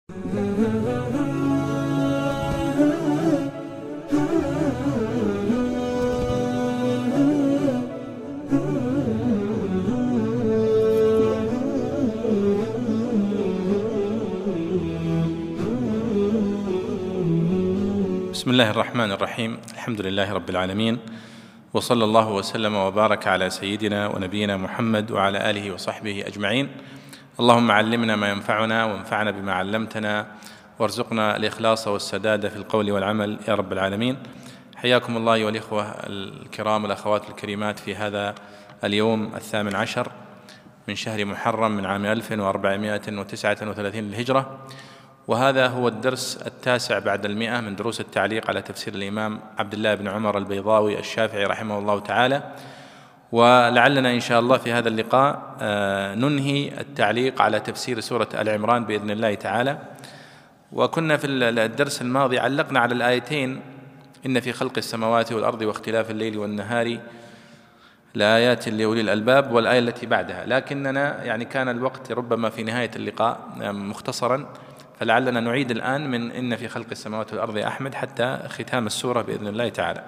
بسم الله الرحمن الرحيم. الحمد لله رب العالمين، وصلى الله وسلم وبارك على سيدنا ونبينا محمد وعلى آله وصحبه أجمعين. اللهم علمنا ما ينفعنا وانفعنا بما علمتنا، وارزقنا الإخلاص والسداد في القول والعمل يا رب العالمين. حياكم الله أيها الإخوة الكرام والأخوات الكريمات في هذا اليوم 18 من شهر محرم من عام 1439 للهجرة، وهذا هو الدرس 9 بعد 100 من دروس التعليق على تفسير الإمام عبد الله بن عمر البيضاوي الشافعي رحمه الله تعالى. ولعلنا إن شاء الله في هذا اللقاء ننهي التعليق على تفسير سورة آل عمران بإذن الله تعالى. وكنا في الدرس الماضي علقنا على الآيتين: إن في خلق السماوات والأرض واختلاف الليل والنهار لآيات لأولي الألباب، والآية التي بعدها، لكننا كان الوقت ربما في نهاية اللقاء مختصرا، فلعلنا نعيد الآن من إن في خلق السماوات والأرض يا أحمد حتى ختام السورة بإذن الله تعالى.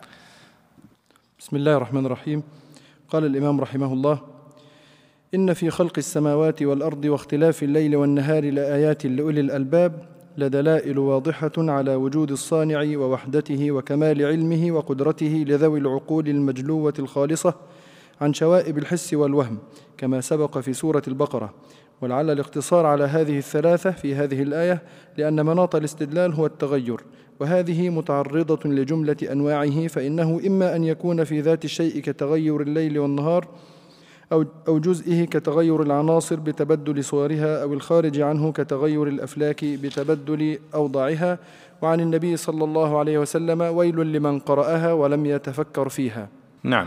بسم الله الرحمن الرحيم. قال الإمام رحمه الله: إن في خلق السماوات والأرض واختلاف الليل والنهار لآيات لأولي الألباب لدلائل واضحة على وجود الصانع ووحدته وكمال علمه وقدرته لذوي العقول المجلوة الخالصة عن شوائب الحس والوهم، كما سبق في سورة البقرة. ولعل الاقتصار على هذه الثلاثة في هذه الآية لأن مناط الاستدلال هو التغير، وهذه متعرضة لجملة أنواعه، فإنه إما أن يكون في ذات الشيء كتغير الليل والنهار، أو جزئه كتغير العناصر بتبدل صورها، أو الخارج عنه كتغير الأفلاك بتبدل أوضاعها. وعن النبي صلى الله عليه وسلم: ويل لمن قرأها ولم يتفكر فيها. نعم.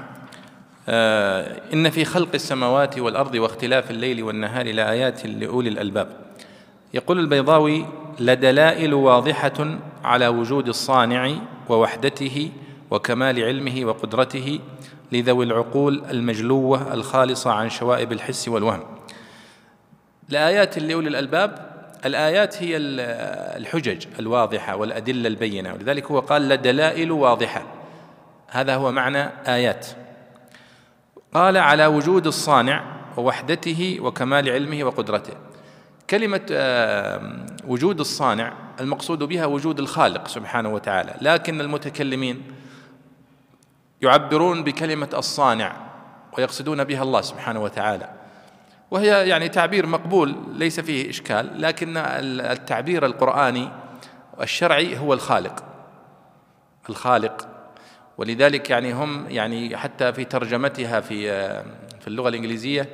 إن في خلق السماوات والأرض واختلاف الليل والنهار لآيات لأولي الألباب. يقول البيضاوي: لدلائل واضحة على وجود الصانع ووحدته وكمال علمه وقدرته لذوي العقول المجلوة الخالصة عن شوائب الحس والوهم. لآيات لأولي الألباب، الآيات هي الحجج الواضحة والأدلة البينة، ولذلك هو قال لدلائل واضحة، هذا هو معنى آيات. قال على وجود الصانع ووحدته وكمال علمه وقدرته. كلمة وجود الصانع المقصود بها وجود الخالق سبحانه وتعالى، لكن المتكلمين يعبرون بكلمة الصانع ويقصدون بها الله سبحانه وتعالى، وهي تعبير مقبول ليس فيه إشكال، لكن التعبير القرآني والشرعي هو الخالق. ولذلك هم حتى في ترجمتها في اللغة الإنجليزية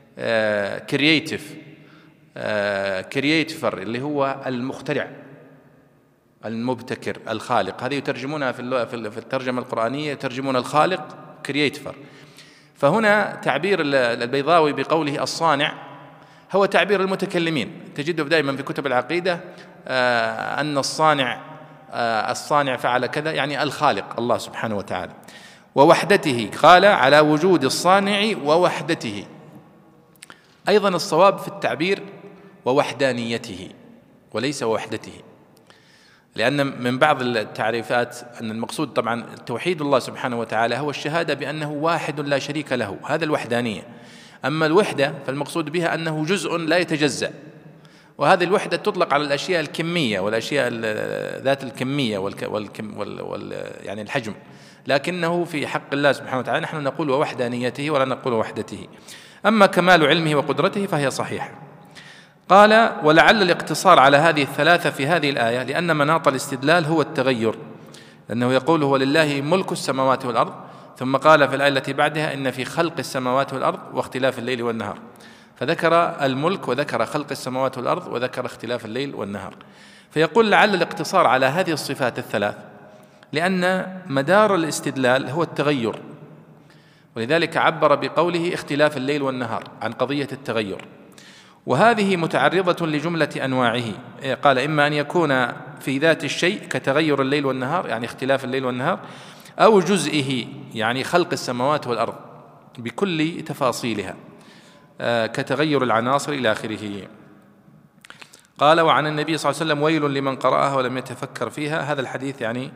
كرييتيفر اللي هو المخترع المبتكر الخالق، هذه يترجمونها في الترجمة القرآنية، يترجمون الخالق كرييتيفر. فهنا تعبير البيضاوي بقوله الصانع هو تعبير المتكلمين، تجده دائما في كتب العقيدة أن الصانع فعل كذا، الخالق الله سبحانه وتعالى. ووحدته، قال على وجود الصانع ووحدته. أيضا الصواب في التعبير ووحدانيته وليس ووحدته، لأن من بعض التعريفات أن المقصود طبعا توحيد الله سبحانه وتعالى هو الشهادة بأنه واحد لا شريك له، هذا الوحدانية. أما الوحدة فالمقصود بها أنه جزء لا يتجزأ، وهذه الوحدة تطلق على الأشياء الكمية والأشياء ذات الكمية الحجم، لكنه في حق الله سبحانه وتعالى نحن نقول ووحدانيته ولا نقول وحدته. أما كمال علمه وقدرته فهي صحيحة. قال: ولعل الاقتصار على هذه الثلاثة في هذه الآية لأن مناط الاستدلال هو التغير، لأنه يقول هو لله ملك السماوات والأرض، ثم قال في الآية التي بعدها: إن في خلق السماوات والأرض واختلاف الليل والنهار، فذكر الملك وذكر خلق السماوات والأرض وذكر اختلاف الليل والنهار. فيقول لعل الاقتصار على هذه الصفات الثلاث لأن مدار الاستدلال هو التغير، ولذلك عبر بقوله اختلاف الليل والنهار عن قضية التغير، وهذه متعرضة لجملة أنواعه. قال: إما أن يكون في ذات الشيء كتغير الليل والنهار، اختلاف الليل والنهار، أو جزئه خلق السماوات والأرض بكل تفاصيلها كتغير العناصر إلى آخره. قال: وعن النبي صلى الله عليه وسلم: ويل لمن قرأها ولم يتفكر فيها. هذا الحديث يعني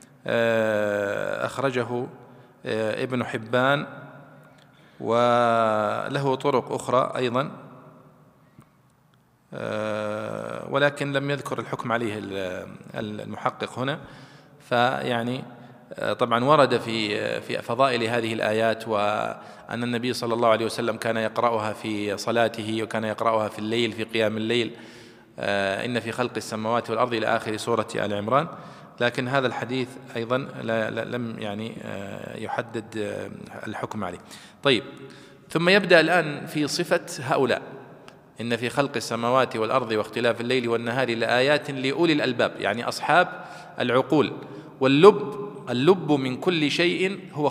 أخرجه ابن حبان، وله طرق أخرى أيضا، ولكن لم يذكر الحكم عليه المحقق هنا. فيعني طبعا ورد في فضائل هذه الآيات، وأن النبي صلى الله عليه وسلم كان يقرأها في صلاته، وكان يقرأها في الليل في قيام الليل، إن في خلق السماوات والأرض إلى آخر سورة آل عمران. لكن هذا الحديث أيضا لم يعني يحدد الحكم عليه. طيب، ثم يبدأ الآن في صفة هؤلاء: إن في خلق السماوات والأرض واختلاف الليل والنهار لآيات لأولي الألباب، يعني أصحاب العقول اللب من كل شيء هو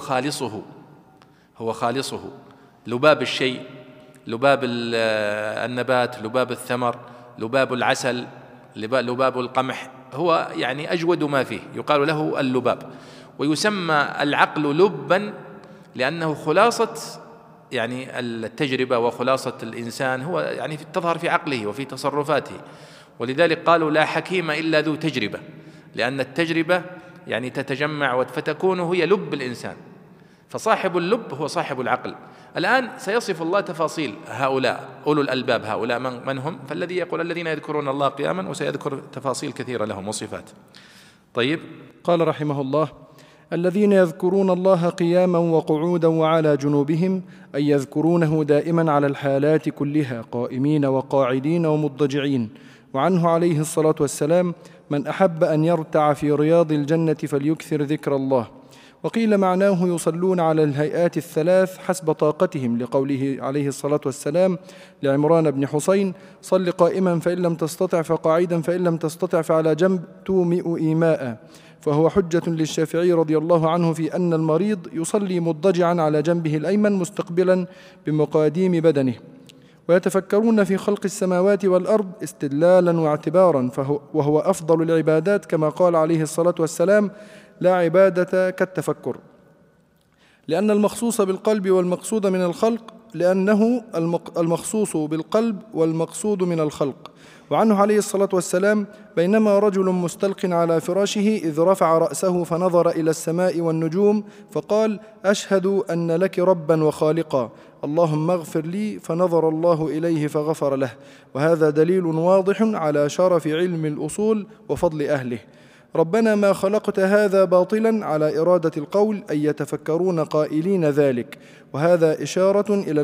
خالصه، لباب الشيء، لباب النبات، لباب الثمر، لباب العسل، لباب القمح، هو يعني أجود ما فيه، يقال له اللباب. ويسمى العقل لبا لأنه خلاصة يعني التجربة وخلاصة الإنسان، هو يعني تظهر في عقله وفي تصرفاته. ولذلك قالوا: لا حكيم إلا ذو تجربة، لأن التجربة يعني تتجمع فتكون هي لب الإنسان، فصاحب اللب هو صاحب العقل. الآن سيصف الله تفاصيل هؤلاء أولو الألباب، هؤلاء من هم؟ فالذي يقول: الذين يذكرون الله قياما، وسيذكر تفاصيل كثيرة لهم وصفات. طيب، قال رحمه الله: الذين يذكرون الله قياما وقعودا وعلى جنوبهم، أي يذكرونه دائما على الحالات كلها، قائمين وقاعدين ومضطجعين. وعنه عليه الصلاة والسلام: من أحب أن يرتع في رياض الجنة فليكثر ذكر الله. وقيل معناه يصلون على الهيئات الثلاث حسب طاقتهم، لقوله عليه الصلاة والسلام لعمران بن حسين: صل قائما فإن لم تستطع فقاعدا، فإن لم تستطع فعلى جنب تومئ إيماء. فهو حجة للشافعي رضي الله عنه في أن المريض يصلي مضطجعا على جنبه الأيمن مستقبلا بمقاديم بدنه. ويتفكرون في خلق السماوات والأرض استدلالا واعتبارا، وهو أفضل العبادات، كما قال عليه الصلاة والسلام: لا عبادة كالتفكر. لأن المخصوص بالقلب والمقصود من الخلق، لأنه المخصوص بالقلب والمقصود من الخلق. وعنه عليه الصلاة والسلام: بينما رجل مستلق على فراشه إذ رفع رأسه فنظر إلى السماء والنجوم فقال: أشهد أن لك ربا وخالقا، اللهم اغفر لي. فنظر الله إليه فغفر له. وهذا دليل واضح على شرف علم الأصول وفضل أهله. ربنا ما خلقت هذا باطلا، على إرادة القول، أي يتفكرون قائلين ذلك. وهذا إشارة إلى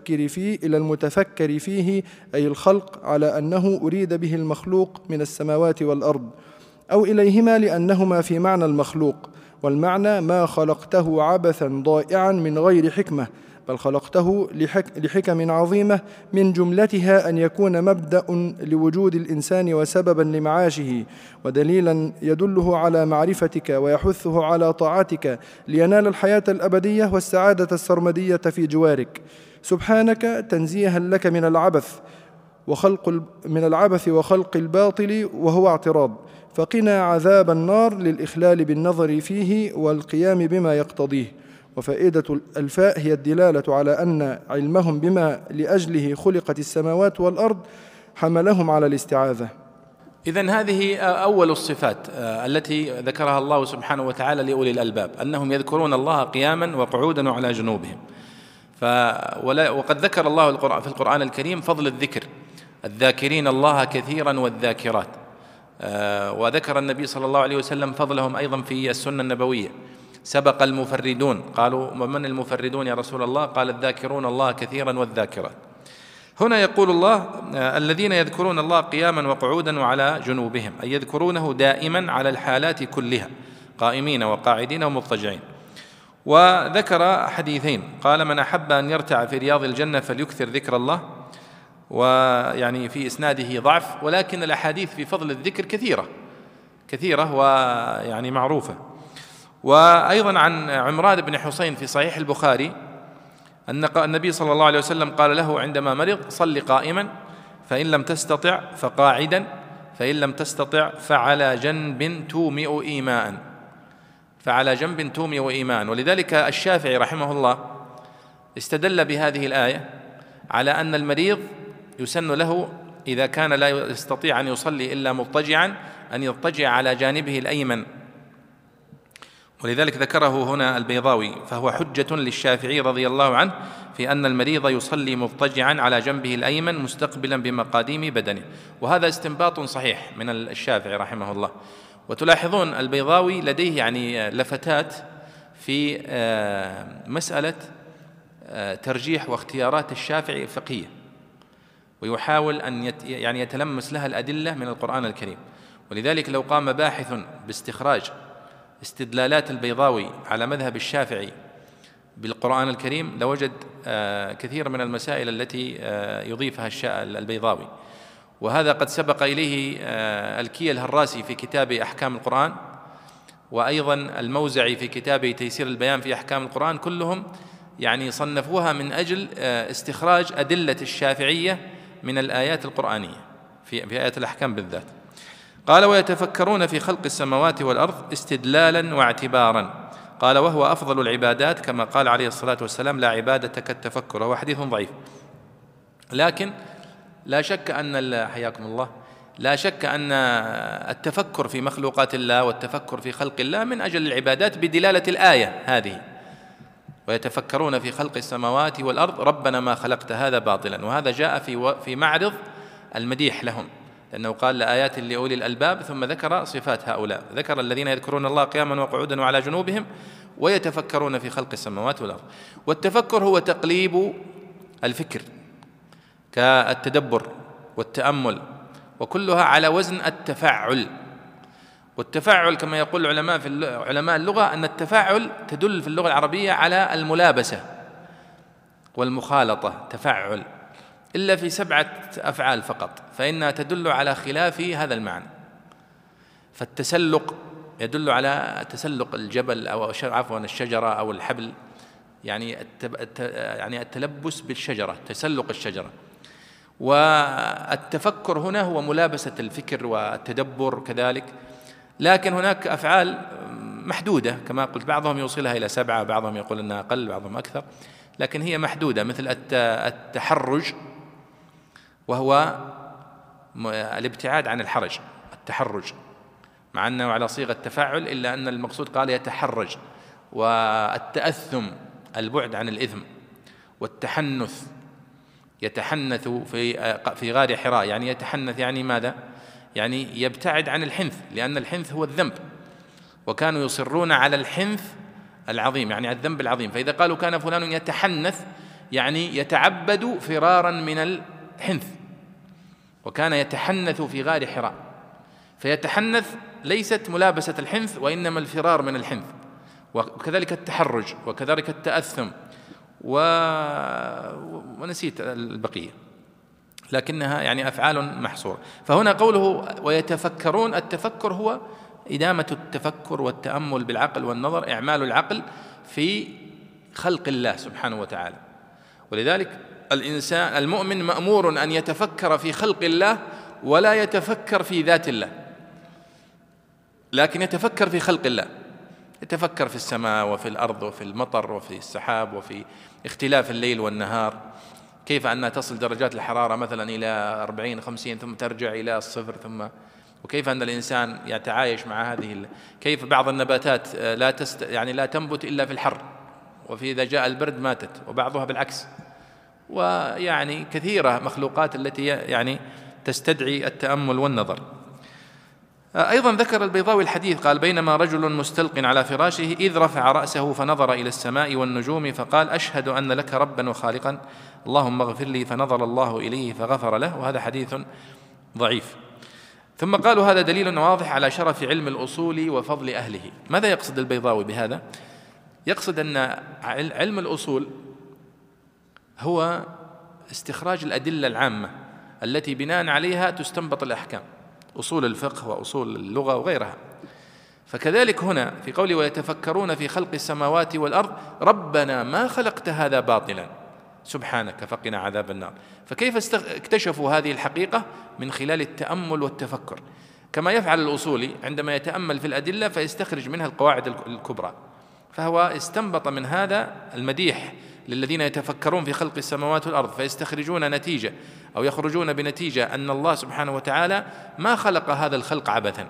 المتفكر فيه، أي الخلق، على أنه أريد به المخلوق من السماوات والأرض، أو إليهما لأنهما في معنى المخلوق. والمعنى: ما خلقته عبثا ضائعا من غير حكمة، بل خلقته لحكم عظيمة، من جملتها أن يكون مبدأ لوجود الإنسان وسببا لمعاشه، ودليلا يدله على معرفتك ويحثه على طاعتك، لينال الحياة الأبدية والسعادة السرمدية في جوارك. سبحانك تنزيها لك من العبث وخلق الباطل وهو اعتراض. فقنا عذاب النار للإخلال بالنظر فيه والقيام بما يقتضيه. وفائدة الفاء هي الدلالة على أن علمهم بما لأجله خلقت السماوات والأرض حملهم على الاستعاذة. إذن هذه أول الصفات التي ذكرها الله سبحانه وتعالى لأولي الألباب، أنهم يذكرون الله قياما وقعودا وعلى جنوبهم. وقد ذكر الله في القرآن الكريم فضل الذكر: الذاكرين الله كثيرا والذاكرات. وذكر النبي صلى الله عليه وسلم فضلهم أيضا في السنة النبوية: سبق المفردون. قالوا: ومن المفردون يا رسول الله؟ قال: الذاكرون الله كثيرا والذاكرات. هنا يقول الله: الذين يذكرون الله قياما وقعودا وعلى جنوبهم، أي يذكرونه دائما على الحالات كلها، قائمين وقاعدين ومضطجعين. وذكر حديثين، قال: من أحب أن يرتع في رياض الجنة فليكثر ذكر الله، ويعني في إسناده ضعف، ولكن الأحاديث في فضل الذكر كثيرة ويعني معروفة. وأيضا عن عمران بن حسين في صحيح البخاري أن النبي صلى الله عليه وسلم قال له عندما مرض: صل قائما، فإن لم تستطع فقاعدا، فإن لم تستطع فعلى جنب تومئ إيماء. ولذلك الشافعي رحمه الله استدل بهذه الآية على أن المريض يسن له إذا كان لا يستطيع أن يصلي إلا مضطجعا أن يضطجع على جانبه الأيمن، ولذلك ذكره هنا البيضاوي، فهو حجة للشافعي رضي الله عنه في أن المريض يصلي مضطجعا على جنبه الأيمن مستقبلا بمقاديم بدنه، وهذا استنباط صحيح من الشافعي رحمه الله. وتلاحظون البيضاوي لديه يعني لفتات في مسألة ترجيح واختيارات الشافعي الفقهية، ويحاول أن يعني يتلمس لها الأدلة من القرآن الكريم. ولذلك لو قام باحث باستخراج استدلالات البيضاوي على مذهب الشافعي بالقرآن الكريم لوجد كثير من المسائل التي يضيفها البيضاوي، وهذا قد سبق إليه الكي الهراسي في كتاب أحكام القرآن، وأيضا الموزعي في كتابه تيسير البيان في أحكام القرآن، كلهم يعني صنفوها من أجل استخراج أدلة الشافعية من الآيات القرآنية في آيات الأحكام بالذات. قال: ويتفكرون في خلق السماوات والأرض استدلالا واعتبارا. قال: وهو أفضل العبادات، كما قال عليه الصلاة والسلام: لا عبادة كالتفكر. هو حديث ضعيف، لكن لا شك أن حياكم الله لا شك أن التفكر في مخلوقات الله والتفكر في خلق الله من أجل العبادات بدلالة الآية هذه: ويتفكرون في خلق السماوات والأرض ربنا ما خلقت هذا باطلا. وهذا جاء في معرض المديح لهم، لأنه قال: لآيات لأولي الألباب، ثم ذكر صفات هؤلاء، ذكر الذين يذكرون الله قياما وقعودا وعلى جنوبهم ويتفكرون في خلق السماوات والأرض. والتفكر هو تقليب الفكر كالتدبر والتأمل، وكلها على وزن التفعل. والتفعل كما يقول علماء اللغة أن التفعل تدل في اللغة العربية على الملابسة والمخالطة، تفعل، إلا في 7 أفعال فقط فإنها تدل على خلاف هذا المعنى. فالتسلق يدل على تسلق الجبل أو عفوا الشجرة أو الحبل، يعني التلبس بالشجرة، تسلق الشجرة. والتفكر هنا هو ملابسة الفكر والتدبر كذلك، لكن هناك أفعال محدودة كما قلت، بعضهم يوصلها إلى 7، بعضهم يقول أنها أقل، بعضهم أكثر، لكن هي محدودة، مثل التحرج، وهو الابتعاد عن الحرج، التحرج، مع أنه على صيغة تفاعل إلا أن المقصود قال يتحرج. والتأثم البعد عن الإثم. والتحنث يتحنث في غار حراء، يعني يتحنث يعني ماذا؟ يعني يبتعد عن الحنث، لأن الحنث هو الذنب، وكانوا يصرون على الحنث العظيم، يعني الذنب العظيم. فإذا قالوا كان فلان يتحنث يعني يتعبد فرارا من الحنث، وكان يتحنث في غار حراء. فيتحنث ليست ملابسة الحنث وإنما الفرار من الحنث. وكذلك التحرج، وكذلك التأثم، ونسيت البقية، لكنها يعني أفعال محصورة. فهنا قوله ويتفكرون، التفكر هو إدامة التفكر والتأمل بالعقل والنظر، إعمال العقل في خلق الله سبحانه وتعالى. ولذلك الإنسان المؤمن مأمور أن يتفكر في خلق الله ولا يتفكر في ذات الله، لكن يتفكر في خلق الله، يتفكر في السماء وفي الأرض وفي المطر وفي السحاب وفي اختلاف الليل والنهار، كيف أنها تصل درجات الحرارة مثلا إلى 40-50 ثم ترجع إلى الصفر، وكيف أن الإنسان يتعايش مع كيف بعض النباتات لا تنبت إلا في الحر، وفي إذا جاء البرد ماتت، وبعضها بالعكس. ويعني كثيرة مخلوقات التي يعني تستدعي التأمل والنظر. أيضا ذكر البيضاوي الحديث، قال: بينما رجل مستلق على فراشه إذ رفع رأسه فنظر إلى السماء والنجوم فقال: أشهد أن لك ربا وخالقا، اللهم اغفر لي، فنظر الله إليه فغفر له. وهذا حديث ضعيف. ثم قالوا: هذا دليل واضح على شرف علم الأصول وفضل أهله. ماذا يقصد البيضاوي بهذا؟ يقصد أن علم الأصول هو استخراج الأدلة العامة التي بناء عليها تستنبط الأحكام، أصول الفقه وأصول اللغة وغيرها. فكذلك هنا في قوله ويتفكرون في خلق السماوات والأرض ربنا ما خلقت هذا باطلا سبحانك فقنا عذاب النار. فكيف اكتشفوا هذه الحقيقة؟ من خلال التأمل والتفكر، كما يفعل الأصولي عندما يتأمل في الأدلة فيستخرج منها القواعد الكبرى. فهو استنبط من هذا المديح للذين يتفكرون في خلق السماوات والأرض فيستخرجون نتيجة أو يخرجون بنتيجة أن الله سبحانه وتعالى ما خلق هذا الخلق عبثا،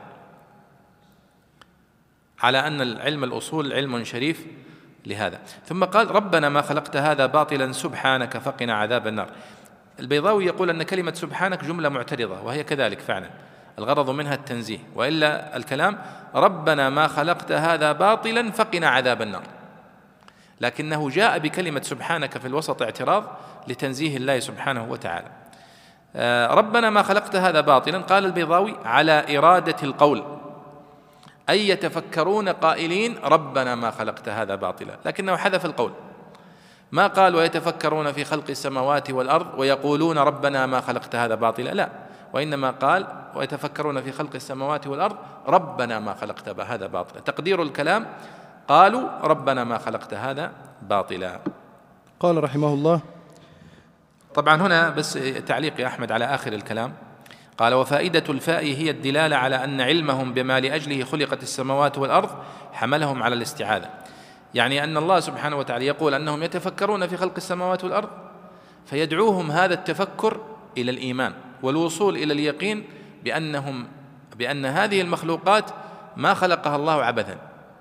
على أن العلم الأصول علم شريف لهذا. ثم قال ربنا ما خلقت هذا باطلا سبحانك فقنا عذاب النار. البيضاوي يقول أن كلمة سبحانك جملة معترضة، وهي كذلك فعلا، الغرض منها التنزيه، وإلا الكلام ربنا ما خلقت هذا باطلا فقنا عذاب النار، لكنه جاء بكلمة سبحانك في الوسط اعتراض لتنزيه الله سبحانه وتعالى. ربنا ما خلقت هذا باطلا، قال البيضاوي على إرادة القول، أي يتفكرون قائلين ربنا ما خلقت هذا باطلا، لكنه حذف القول، ما قال ويتفكرون في خلق السماوات والأرض ويقولون ربنا ما خلقت هذا باطلا، لا، وإنما قال ويتفكرون في خلق السماوات والأرض ربنا ما خلقت هذا باطلا، تقدير الكلام قالوا ربنا ما خلقت هذا باطلا. قال رحمه الله. طبعا هنا بس تعليق يا أحمد على آخر الكلام، قال وفائدة الفاء هي الدلالة على أن علمهم بما لأجله خلقت السماوات والأرض حملهم على الاستعاذة، يعني أن الله سبحانه وتعالى يقول أنهم يتفكرون في خلق السماوات والأرض فيدعوهم هذا التفكر إلى الإيمان والوصول إلى اليقين بأن هذه المخلوقات ما خلقها الله عبثا.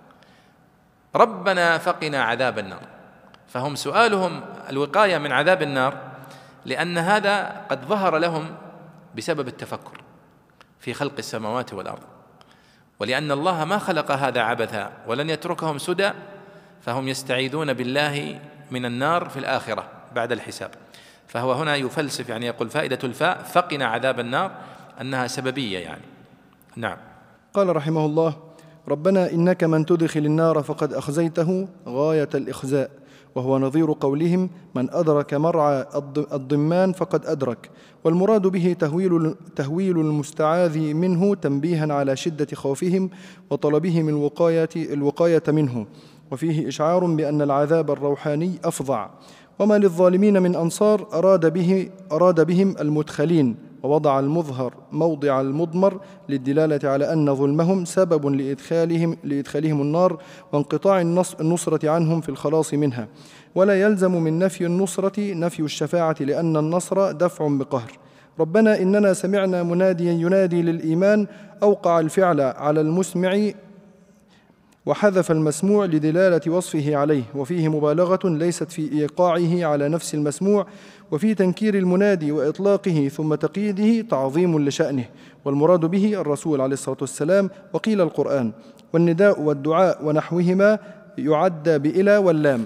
ربنا فقنا عذاب النار، فهم سؤالهم الوقاية من عذاب النار، لأن هذا قد ظهر لهم بسبب التفكر في خلق السماوات والأرض، ولأن الله ما خلق هذا عبثا ولن يتركهم سدى، فهم يستعيذون بالله من النار في الآخرة بعد الحساب. فهو هنا يفلسف، يعني يقول فائدة الفاء فقنا عذاب النار أنها سببية يعني. نعم. قال رحمه الله ربنا إنك من تدخل النار فقد أخزيته غاية الإخزاء، وهو نظير قولهم من أدرك مرعى الضمان فقد أدرك، والمراد به تهويل المستعاذ منه تنبيها على شدة خوفهم وطلبهم الوقاية منه، وفيه إشعار بأن العذاب الروحاني أفظع. وما للظالمين من أنصار أراد بهم المدخلين، ووضع المظهر موضع المضمر للدلالة على أن ظلمهم سبب لإدخالهم النار وانقطاع النصرة عنهم في الخلاص منها. ولا يلزم من نفي النصرة نفي الشفاعة، لأن النصر دفع بقهر. ربنا إننا سمعنا مناديا ينادي للإيمان، أوقع الفعل على المسمع وحذف المسموع لدلالة وصفه عليه، وفيه مبالغة ليست في إيقاعه على نفس المسموع، وفي تنكير المنادي وإطلاقه ثم تقييده تعظيم لشأنه، والمراد به الرسول عليه الصلاة والسلام، وقيل القرآن. والنداء والدعاء ونحوهما يعد بإلى واللام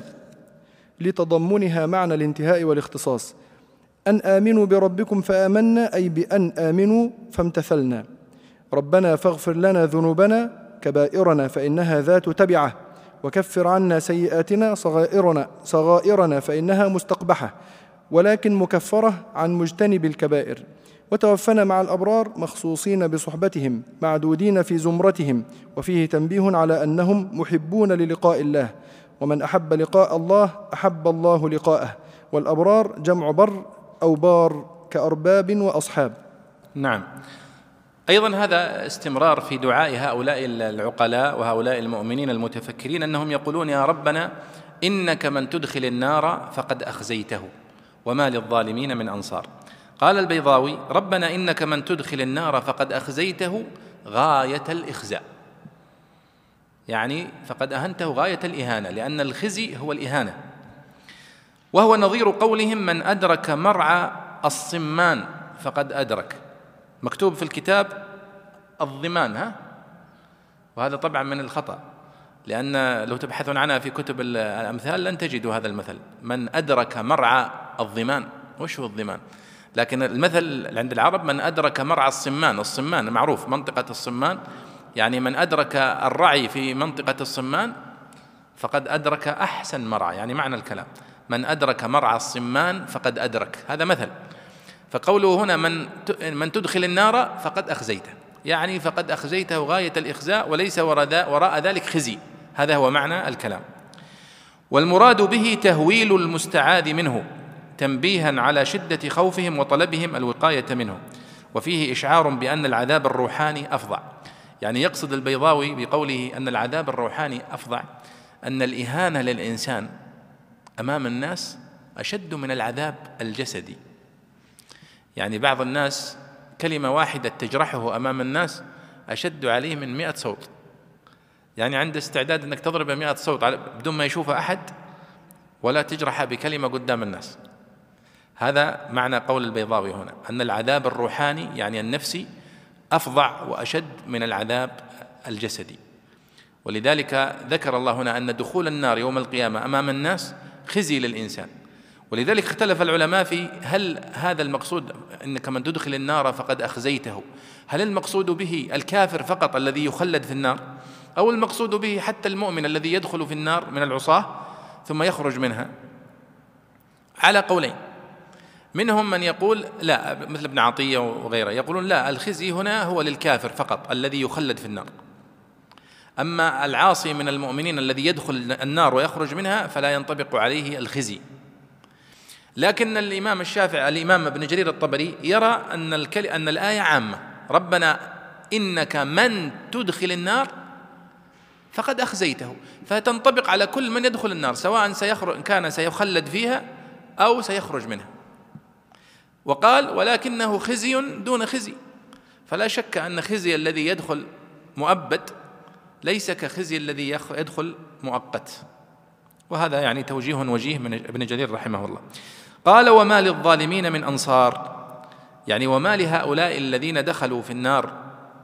لتضمنها معنى الانتهاء والاختصاص. أن آمنوا بربكم فآمنا، أي بأن آمنوا فامتثلنا. ربنا فاغفر لنا ذنوبنا كبائرنا فإنها ذات تبعة، وكفر عنا سيئاتنا صغائرنا فإنها مستقبحة ولكن مكفرة عن مجتنب الكبائر. وتوفنا مع الأبرار مخصوصين بصحبتهم معدودين في زمرتهم، وفيه تنبيه على أنهم محبون للقاء الله، ومن أحب لقاء الله أحب الله لقاءه، والأبرار جمع بر أو بار كأرباب وأصحاب. نعم. أيضا هذا استمرار في دعاء هؤلاء العقلاء وهؤلاء المؤمنين المتفكرين، أنهم يقولون يا ربنا إنك من تدخل النار فقد أخزيته وما للظالمين من أنصار. قال البيضاوي ربنا إنك من تدخل النار فقد أخزيته غاية الإخزاء، يعني فقد أهنته غاية الإهانة، لأن الخزي هو الإهانة، وهو نظير قولهم من أدرك مرعى الصمان فقد أدرك. مكتوب في الكتاب الضمان، وهذا طبعا من الخطأ، لأن لو تبحثون عنها في كتب الأمثال لن تجدوا هذا المثل، من أدرك مرعى الضمان. وش هو الضمان؟ لكن المثل عند العرب من أدرك مرعى الصمان. الصمان معروف منطقة الصمان، يعني من أدرك الرعي في منطقة الصمان فقد أدرك أحسن مرعى، يعني معنى الكلام من أدرك مرعى الصمان فقد أدرك، هذا مثل. فقوله هنا من تدخل النار فقد أخزيته، يعني فقد أخزيته غاية الإخزاء، وليس وراء ذلك خزي، هذا هو معنى الكلام. والمراد به تهويل المستعاذ منه تنبيها على شدة خوفهم وطلبهم الوقاية منه، وفيه إشعار بأن العذاب الروحاني أفظع. يعني يقصد البيضاوي بقوله أن العذاب الروحاني أفظع أن الإهانة للإنسان أمام الناس أشد من العذاب الجسدي. يعني بعض الناس كلمة واحدة تجرحه أمام الناس أشد عليه من 100 صوت، يعني عنده استعداد أنك تضرب 100 صوت بدون ما يشوف أحد ولا تجرح بكلمة قدام الناس. هذا معنى قول البيضاوي هنا، أن العذاب الروحاني يعني النفسي أفظع وأشد من العذاب الجسدي. ولذلك ذكر الله هنا أن دخول النار يوم القيامة أمام الناس خزي للإنسان. ولذلك اختلف العلماء في هل هذا المقصود أنك من تدخل النار فقد أخزيته، هل المقصود به الكافر فقط الذي يخلد في النار، أو المقصود به حتى المؤمن الذي يدخل في النار من العصاة ثم يخرج منها؟ على قولين، منهم من يقول لا، مثل ابن عطية وغيره يقولون لا، الخزي هنا هو للكافر فقط الذي يخلد في النار، أما العاصي من المؤمنين الذي يدخل النار ويخرج منها فلا ينطبق عليه الخزي. لكن الإمام الشافعي الإمام ابن جرير الطبري يرى أن الآية عامة، ربنا إنك من تدخل النار فقد أخزيته، فتنطبق على كل من يدخل النار سواء كان سيخلد فيها أو سيخرج منها. وقال ولكنه خزي دون خزي، فلا شك أن خزي الذي يدخل مؤبد ليس كخزي الذي يدخل مؤقت. وهذا يعني توجيه وجيه من ابن جرير رحمه الله. قال وما للظالمين من أنصار، يعني وما لهؤلاء الذين دخلوا في النار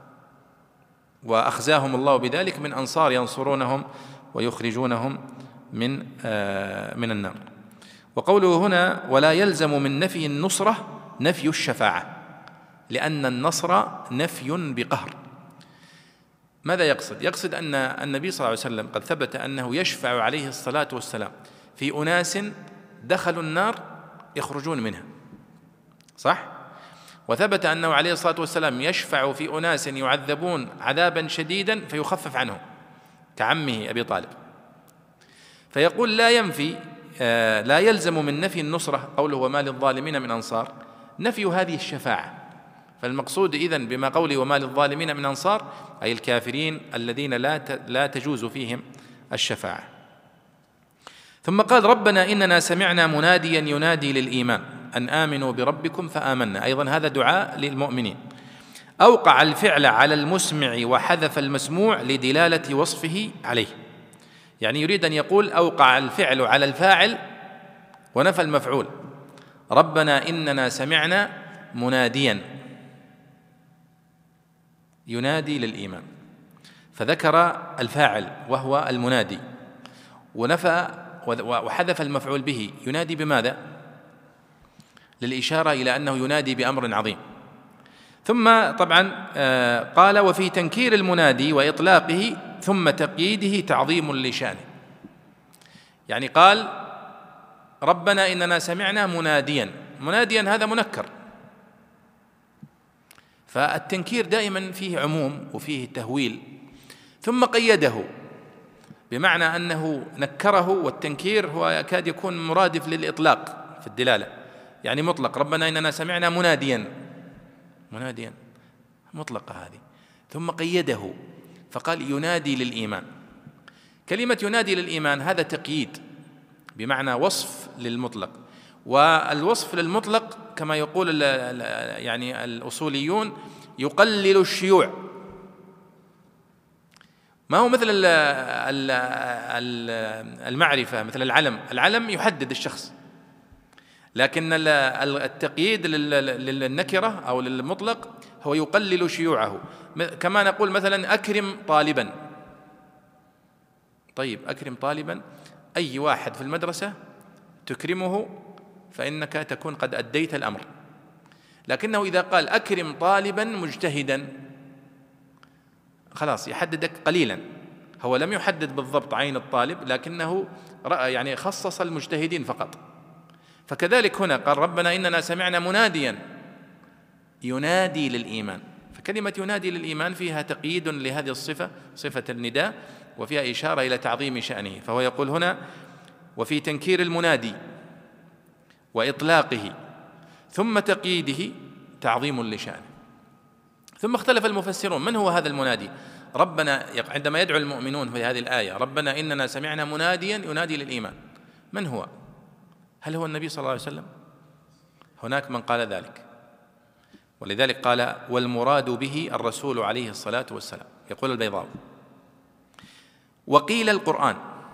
وأخزاهم الله بذلك من أنصار ينصرونهم ويخرجونهم من النار. وقوله هنا ولا يلزم من نفي النصرة نفي الشفاعة، لأن النصر نفي بقهر. ماذا يقصد؟ يقصد أن النبي صلى الله عليه وسلم قد ثبت أنه يشفع عليه الصلاة والسلام في أناس دخلوا النار يخرجون منها، صح؟ وثبت أنه عليه الصلاة والسلام يشفع في أناس يعذبون عذابا شديدا فيخفف عنهم كعمه أبي طالب. فيقول لا يلزم من نفي النصرة قوله وما للظالمين من أنصار نفي هذه الشفاعة. فالمقصود إذن بما قوله وما للظالمين من أنصار أي الكافرين الذين لا تجوز فيهم الشفاعة. ثم قال ربنا إننا سمعنا مناديا ينادي للإيمان أن آمنوا بربكم فآمنا، أيضا هذا دعاء للمؤمنين. أوقع الفعل على المسمع وحذف المسموع لدلالة وصفه عليه، يعني يريد أن يقول أوقع الفعل على الفاعل ونفى المفعول. ربنا إننا سمعنا مناديا ينادي للإيمان، فذكر الفاعل وهو المنادي ونفى وحذف المفعول به. ينادي بماذا؟ للإشارة إلى أنه ينادي بأمر عظيم. ثم طبعا قال وفي تنكير المنادي وإطلاقه ثم تقييده تعظيم لشانه، يعني قال ربنا إننا سمعنا مناديا هذا منكر، فالتنكير دائما فيه عموم وفيه تهويل، ثم قيده بمعنى أنه نكره، والتنكير هو يكاد يكون مرادف للإطلاق في الدلالة، يعني مطلق ربنا إننا سمعنا مناديا مطلقة هذه، ثم قيده فقال ينادي للإيمان. كلمة ينادي للإيمان هذا تقييد بمعنى وصف للمطلق، والوصف للمطلق كما يقول يعني الأصوليون يقلل الشيوع، ما هو مثل المعرفة مثل العلم يحدد الشخص، لكن التقييد للنكرة أو للمطلق هو يقلل شيوعه. كما نقول مثلا أكرم طالبا، طيب أكرم طالبا أي واحد في المدرسة تكرمه فإنك تكون قد أديت الأمر، لكنه إذا قال أكرم طالبا مجتهدا خلاص يحددك قليلا، هو لم يحدد بالضبط عين الطالب لكنه يعني خصص المجتهدين فقط. فكذلك هنا قال ربنا إننا سمعنا مناديا ينادي للإيمان، فكلمة ينادي للإيمان فيها تقييد لهذه الصفة، صفة النداء، وفيها إشارة إلى تعظيم شأنه. فهو يقول هنا وفي تنكير المنادي وإطلاقه ثم تقييده تعظيم لشأنه. ثم اختلف المفسرون من هو هذا المنادي. ربنا عندما يدعو المؤمنون في هذه الآية ربنا إننا سمعنا مناديا ينادي للإيمان، من هو؟ هل هو النبي صلى الله عليه وسلم؟ هناك من قال ذلك، ولذلك قال والمراد به الرسول عليه الصلاة والسلام. يقول البيضاوي: وقيل القرآن،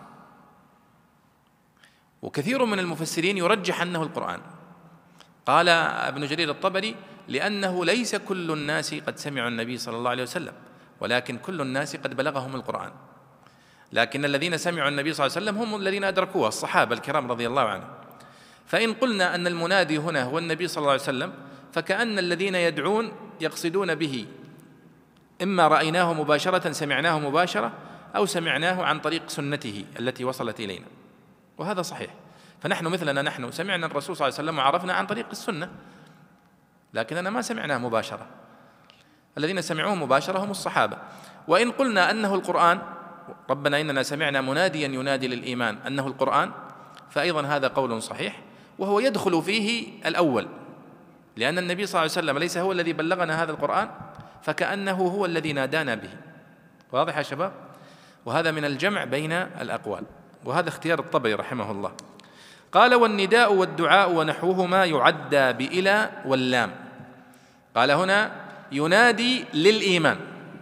وكثير من المفسرين يرجح أنه القرآن. قال ابن جرير الطبري: لأنه ليس كل الناس قد سمعوا النبي صلى الله عليه وسلم، ولكن كل الناس قد بلغهم القرآن، لكن الذين سمعوا النبي صلى الله عليه وسلم هم الذين أدركوه، الصحابة الكرام رضي الله عنهم. فإن قلنا أن المنادي هنا هو النبي صلى الله عليه وسلم، فكأن الذين يدعون يقصدون به إما رأيناه مباشرة سمعناه مباشرة، أو سمعناه عن طريق سنته التي وصلت إلينا، وهذا صحيح. فنحن مثلنا، نحن سمعنا الرسول صلى الله عليه وسلم وعرفنا عن طريق السنة، لكننا ما سمعناه مباشرة. الذين سمعوه مباشرة هم الصحابة. وإن قلنا أنه القرآن، ربنا إننا سمعنا مناديا ينادي للإيمان أنه القرآن، فأيضا هذا قول صحيح، وهو يدخل فيه الأول، لأن النبي صلى الله عليه وسلم ليس هو الذي بلغنا هذا القرآن، فكأنه هو الذي نادانا به. واضح يا شباب؟ وهذا من الجمع بين الأقوال، وهذا اختيار الطبري رحمه الله. قال: والنداء والدعاء ونحوهما يعدى بإلى واللام. قال هنا ينادي للإيمان،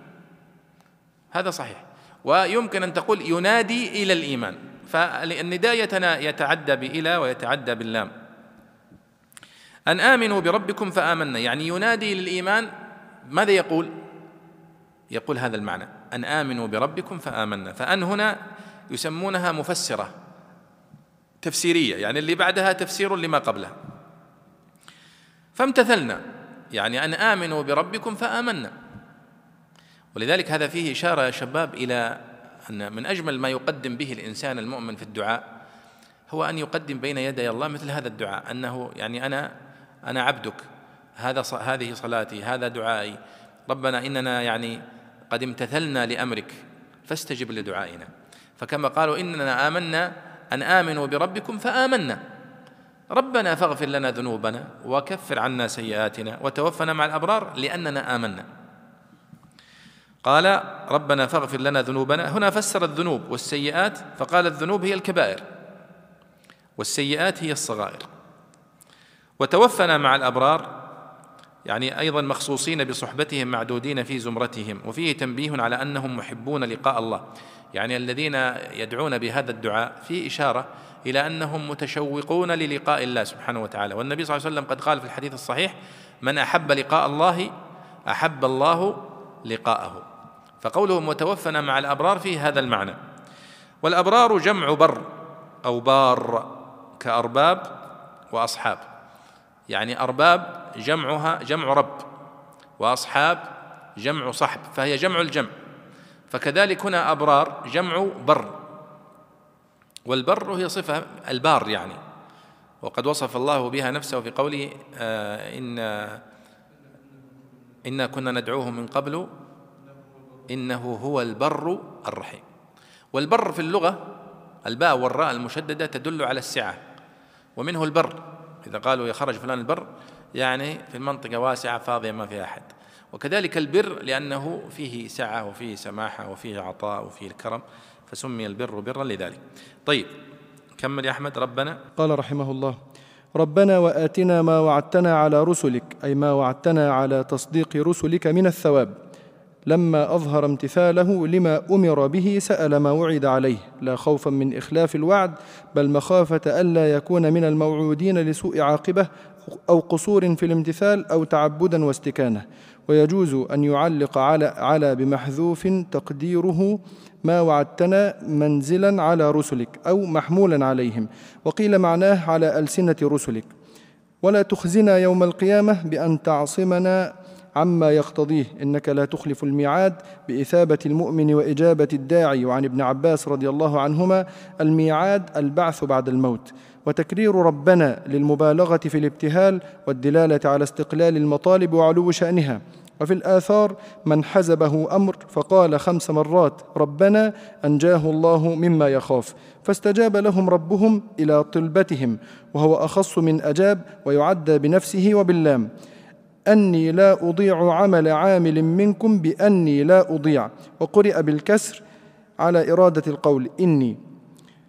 هذا صحيح، ويمكن أن تقول ينادي إلى الإيمان، فالنداء يتعدى بإلى ويتعدى باللام. أن آمنوا بربكم فآمنا، يعني ينادي للإيمان. ماذا يقول؟ يقول هذا المعنى: أن آمنوا بربكم فآمنا. فأن هنا يسمونها مفسرة تفسيرية، يعني اللي بعدها تفسير لما قبلها. فامتثلنا، يعني أن آمنوا بربكم فآمنا. ولذلك هذا فيه إشارة يا شباب إلى أن من أجمل ما يقدم به الإنسان المؤمن في الدعاء هو أن يقدم بين يدي الله مثل هذا الدعاء، أنه يعني أنا عبدك، هذه صلاتي، هذا دعائي، ربنا إننا يعني قد امتثلنا لأمرك فاستجب لدعائنا. فكما قالوا إننا آمنا أن آمنوا بربكم فآمنا، ربنا فاغفر لنا ذنوبنا وكفر عنا سيئاتنا وتوفنا مع الأبرار لأننا آمنا. قال ربنا فاغفر لنا ذنوبنا، هنا فسر الذنوب والسيئات، فقال الذنوب هي الكبائر والسيئات هي الصغائر. وتوفنا مع الأبرار، يعني أيضا مخصوصين بصحبتهم معدودين في زمرتهم. وفيه تنبيه على أنهم محبون لقاء الله، يعني الذين يدعون بهذا الدعاء فيه إشارة إلى أنهم متشوقون للقاء الله سبحانه وتعالى. والنبي صلى الله عليه وسلم قد قال في الحديث الصحيح: من أحب لقاء الله أحب الله لقاءه. فقولهم وتوفنا مع الأبرار فيه هذا المعنى. والأبرار جمع بر أو بار، كأرباب وأصحاب، يعني أرباب جمعها جمع رب، وأصحاب جمع صحب، فهي جمع الجمع. فكذلك هنا أبرار جمع بر، والبر هي صفة البار يعني، وقد وصف الله بها نفسه في قوله إنا كنا ندعوه من قبل إنه هو البر الرحيم. والبر في اللغة الباء والراء المشددة تدل على السعة، ومنه البر، إذا قالوا يخرج فلان البر يعني في المنطقة واسعة فاضية ما فيها أحد. وكذلك البر لأنه فيه سعة وفيه سماحة وفيه عطاء وفيه الكرم، فسمي البر برا لذلك. طيب كمل يا أحمد. ربنا قال رحمه الله: ربنا وآتنا ما وعدتنا على رسلك، أي ما وعدتنا على تصديق رسلك من الثواب. لما أظهر امتثاله لما أمر به سأل ما وعد عليه، لا خوفا من إخلاف الوعد، بل مخافة ألا يكون من الموعودين لسوء عاقبة أو قصور في الامتثال أو تعبدا واستكانة. ويجوز أن يعلق على بمحذوف تقديره ما وعدتنا منزلا على رسلك أو محمولا عليهم، وقيل معناه على ألسنة رسلك. ولا تخزنا يوم القيامة بأن تعصمنا عما يقتضيه، إنك لا تخلف الميعاد، بإثابة المؤمن وإجابة الداعي. وعن ابن عباس رضي الله عنهما: الميعاد البعث بعد الموت. وتكرير ربنا للمبالغة في الابتهال والدلالة على استقلال المطالب وعلو شأنها. وفي الآثار من حزبه أمر فقال 5 مرات ربنا أنجاه الله مما يخاف، فاستجاب لهم ربهم إلى طلبتهم، وهو أخص من أجاب، ويعدى بنفسه وباللام. أني لا أضيع عمل عامل منكم بأني لا أضيع، وقرئ بالكسر على إرادة القول إني.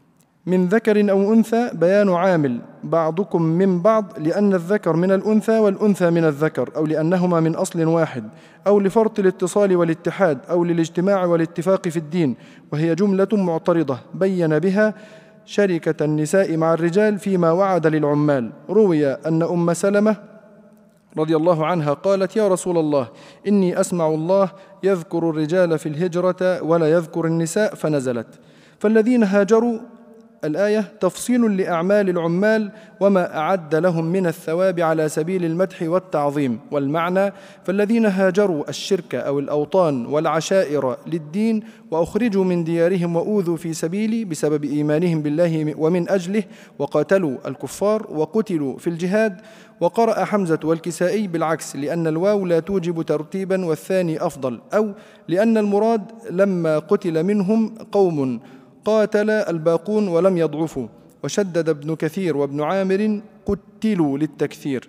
من ذكر أو أنثى بيان عامل بعضكم من بعض، لأن الذكر من الأنثى والأنثى من الذكر، أو لأنهما من أصل واحد، أو لفرط الاتصال والاتحاد، أو للاجتماع والاتفاق في الدين، وهي جملة معترضة بين بها شركة النساء مع الرجال فيما وعد للعمال. روي أن أم سلمة رضي الله عنها قالت: يا رسول الله، إني أسمع الله يذكر الرجال في الهجرة ولا يذكر النساء، فنزلت. فالذين هاجروا، الآية تفصيل لأعمال العمال وما أعد لهم من الثواب على سبيل المدح والتعظيم. والمعنى: فالذين هاجروا الشرك أو الأوطان والعشائر للدين وأخرجوا من ديارهم وأوذوا في سبيلي بسبب إيمانهم بالله ومن أجله، وقاتلوا الكفار وقتلوا في الجهاد. وقرأ حمزة والكسائي بالعكس، لأن الواو لا توجب ترتيبا والثاني أفضل، أو لأن المراد لما قتل منهم قوم قاتل الباقون ولم يضعفوا. وشدد ابن كثير وابن عامر قتلوا للتكثير.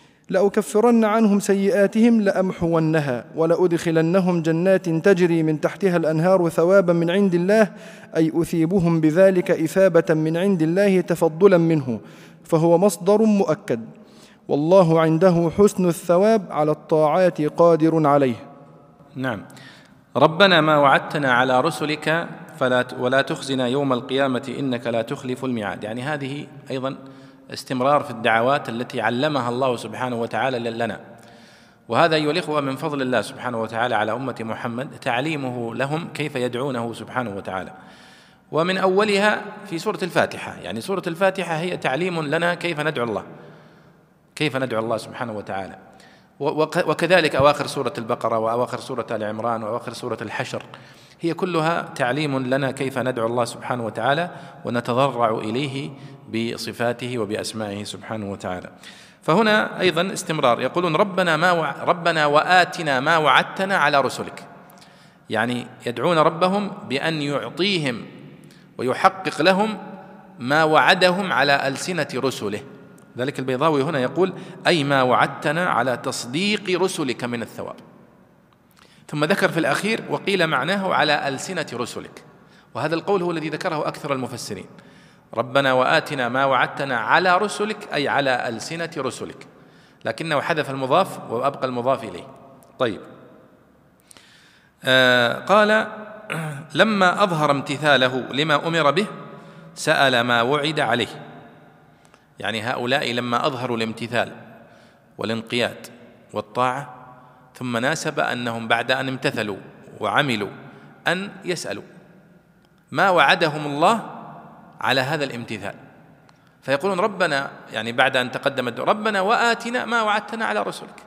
لأكفرن عنهم سيئاتهم لأمحونها ولأدخلنهم جنات تجري من تحتها الأنهار ثوابا من عند الله، أي أثيبهم بذلك إثابة من عند الله تفضلا منه، فهو مصدر مؤكد. والله عنده حسن الثواب، على الطاعات قادر عليه. نعم. ربنا ما وعدتنا على رسلك ولا تخزنا يوم القيامة إنك لا تخلف الميعاد. يعني هذه أيضا استمرار في الدعوات التي علمها الله سبحانه وتعالى لنا، وهذا أيها الإخوة من فضل الله سبحانه وتعالى على أمة محمد، تعليمه لهم كيف يدعونه سبحانه وتعالى. ومن أولها في سورة الفاتحة، يعني سورة الفاتحة هي تعليم لنا كيف ندعو الله، كيف ندعو الله سبحانه وتعالى. وكذلك أواخر سورة البقرة وأواخر سورة آل عمران وأواخر سورة الحشر، هي كلها تعليم لنا كيف ندعو الله سبحانه وتعالى ونتضرع إليه بصفاته وبأسمائه سبحانه وتعالى. فهنا أيضا استمرار، يقولون ربنا وآتنا ما وعدتنا على رسلك، يعني يدعون ربهم بأن يعطيهم ويحقق لهم ما وعدهم على ألسنة رسله. ذلك البيضاوي هنا يقول: أي ما وعدتنا على تصديق رسلك من الثواب. ثم ذكر في الأخير: وقيل معناه على ألسنة رسلك، وهذا القول هو الذي ذكره أكثر المفسرين. ربنا وآتنا ما وعدتنا على رسلك، أي على ألسنة رسلك، لكنه حذف المضاف وأبقى المضاف إليه. طيب، قال: لما أظهر امتثاله لما أمر به سأل ما وعد عليه. يعني هؤلاء لما أظهروا الامتثال والانقياد والطاعة، ثم ناسب أنهم بعد أن امتثلوا وعملوا أن يسألوا ما وعدهم الله على هذا الامتثال، فيقولون ربنا، يعني بعد أن تقدمت ربنا وآتنا ما وعدتنا على رسلك.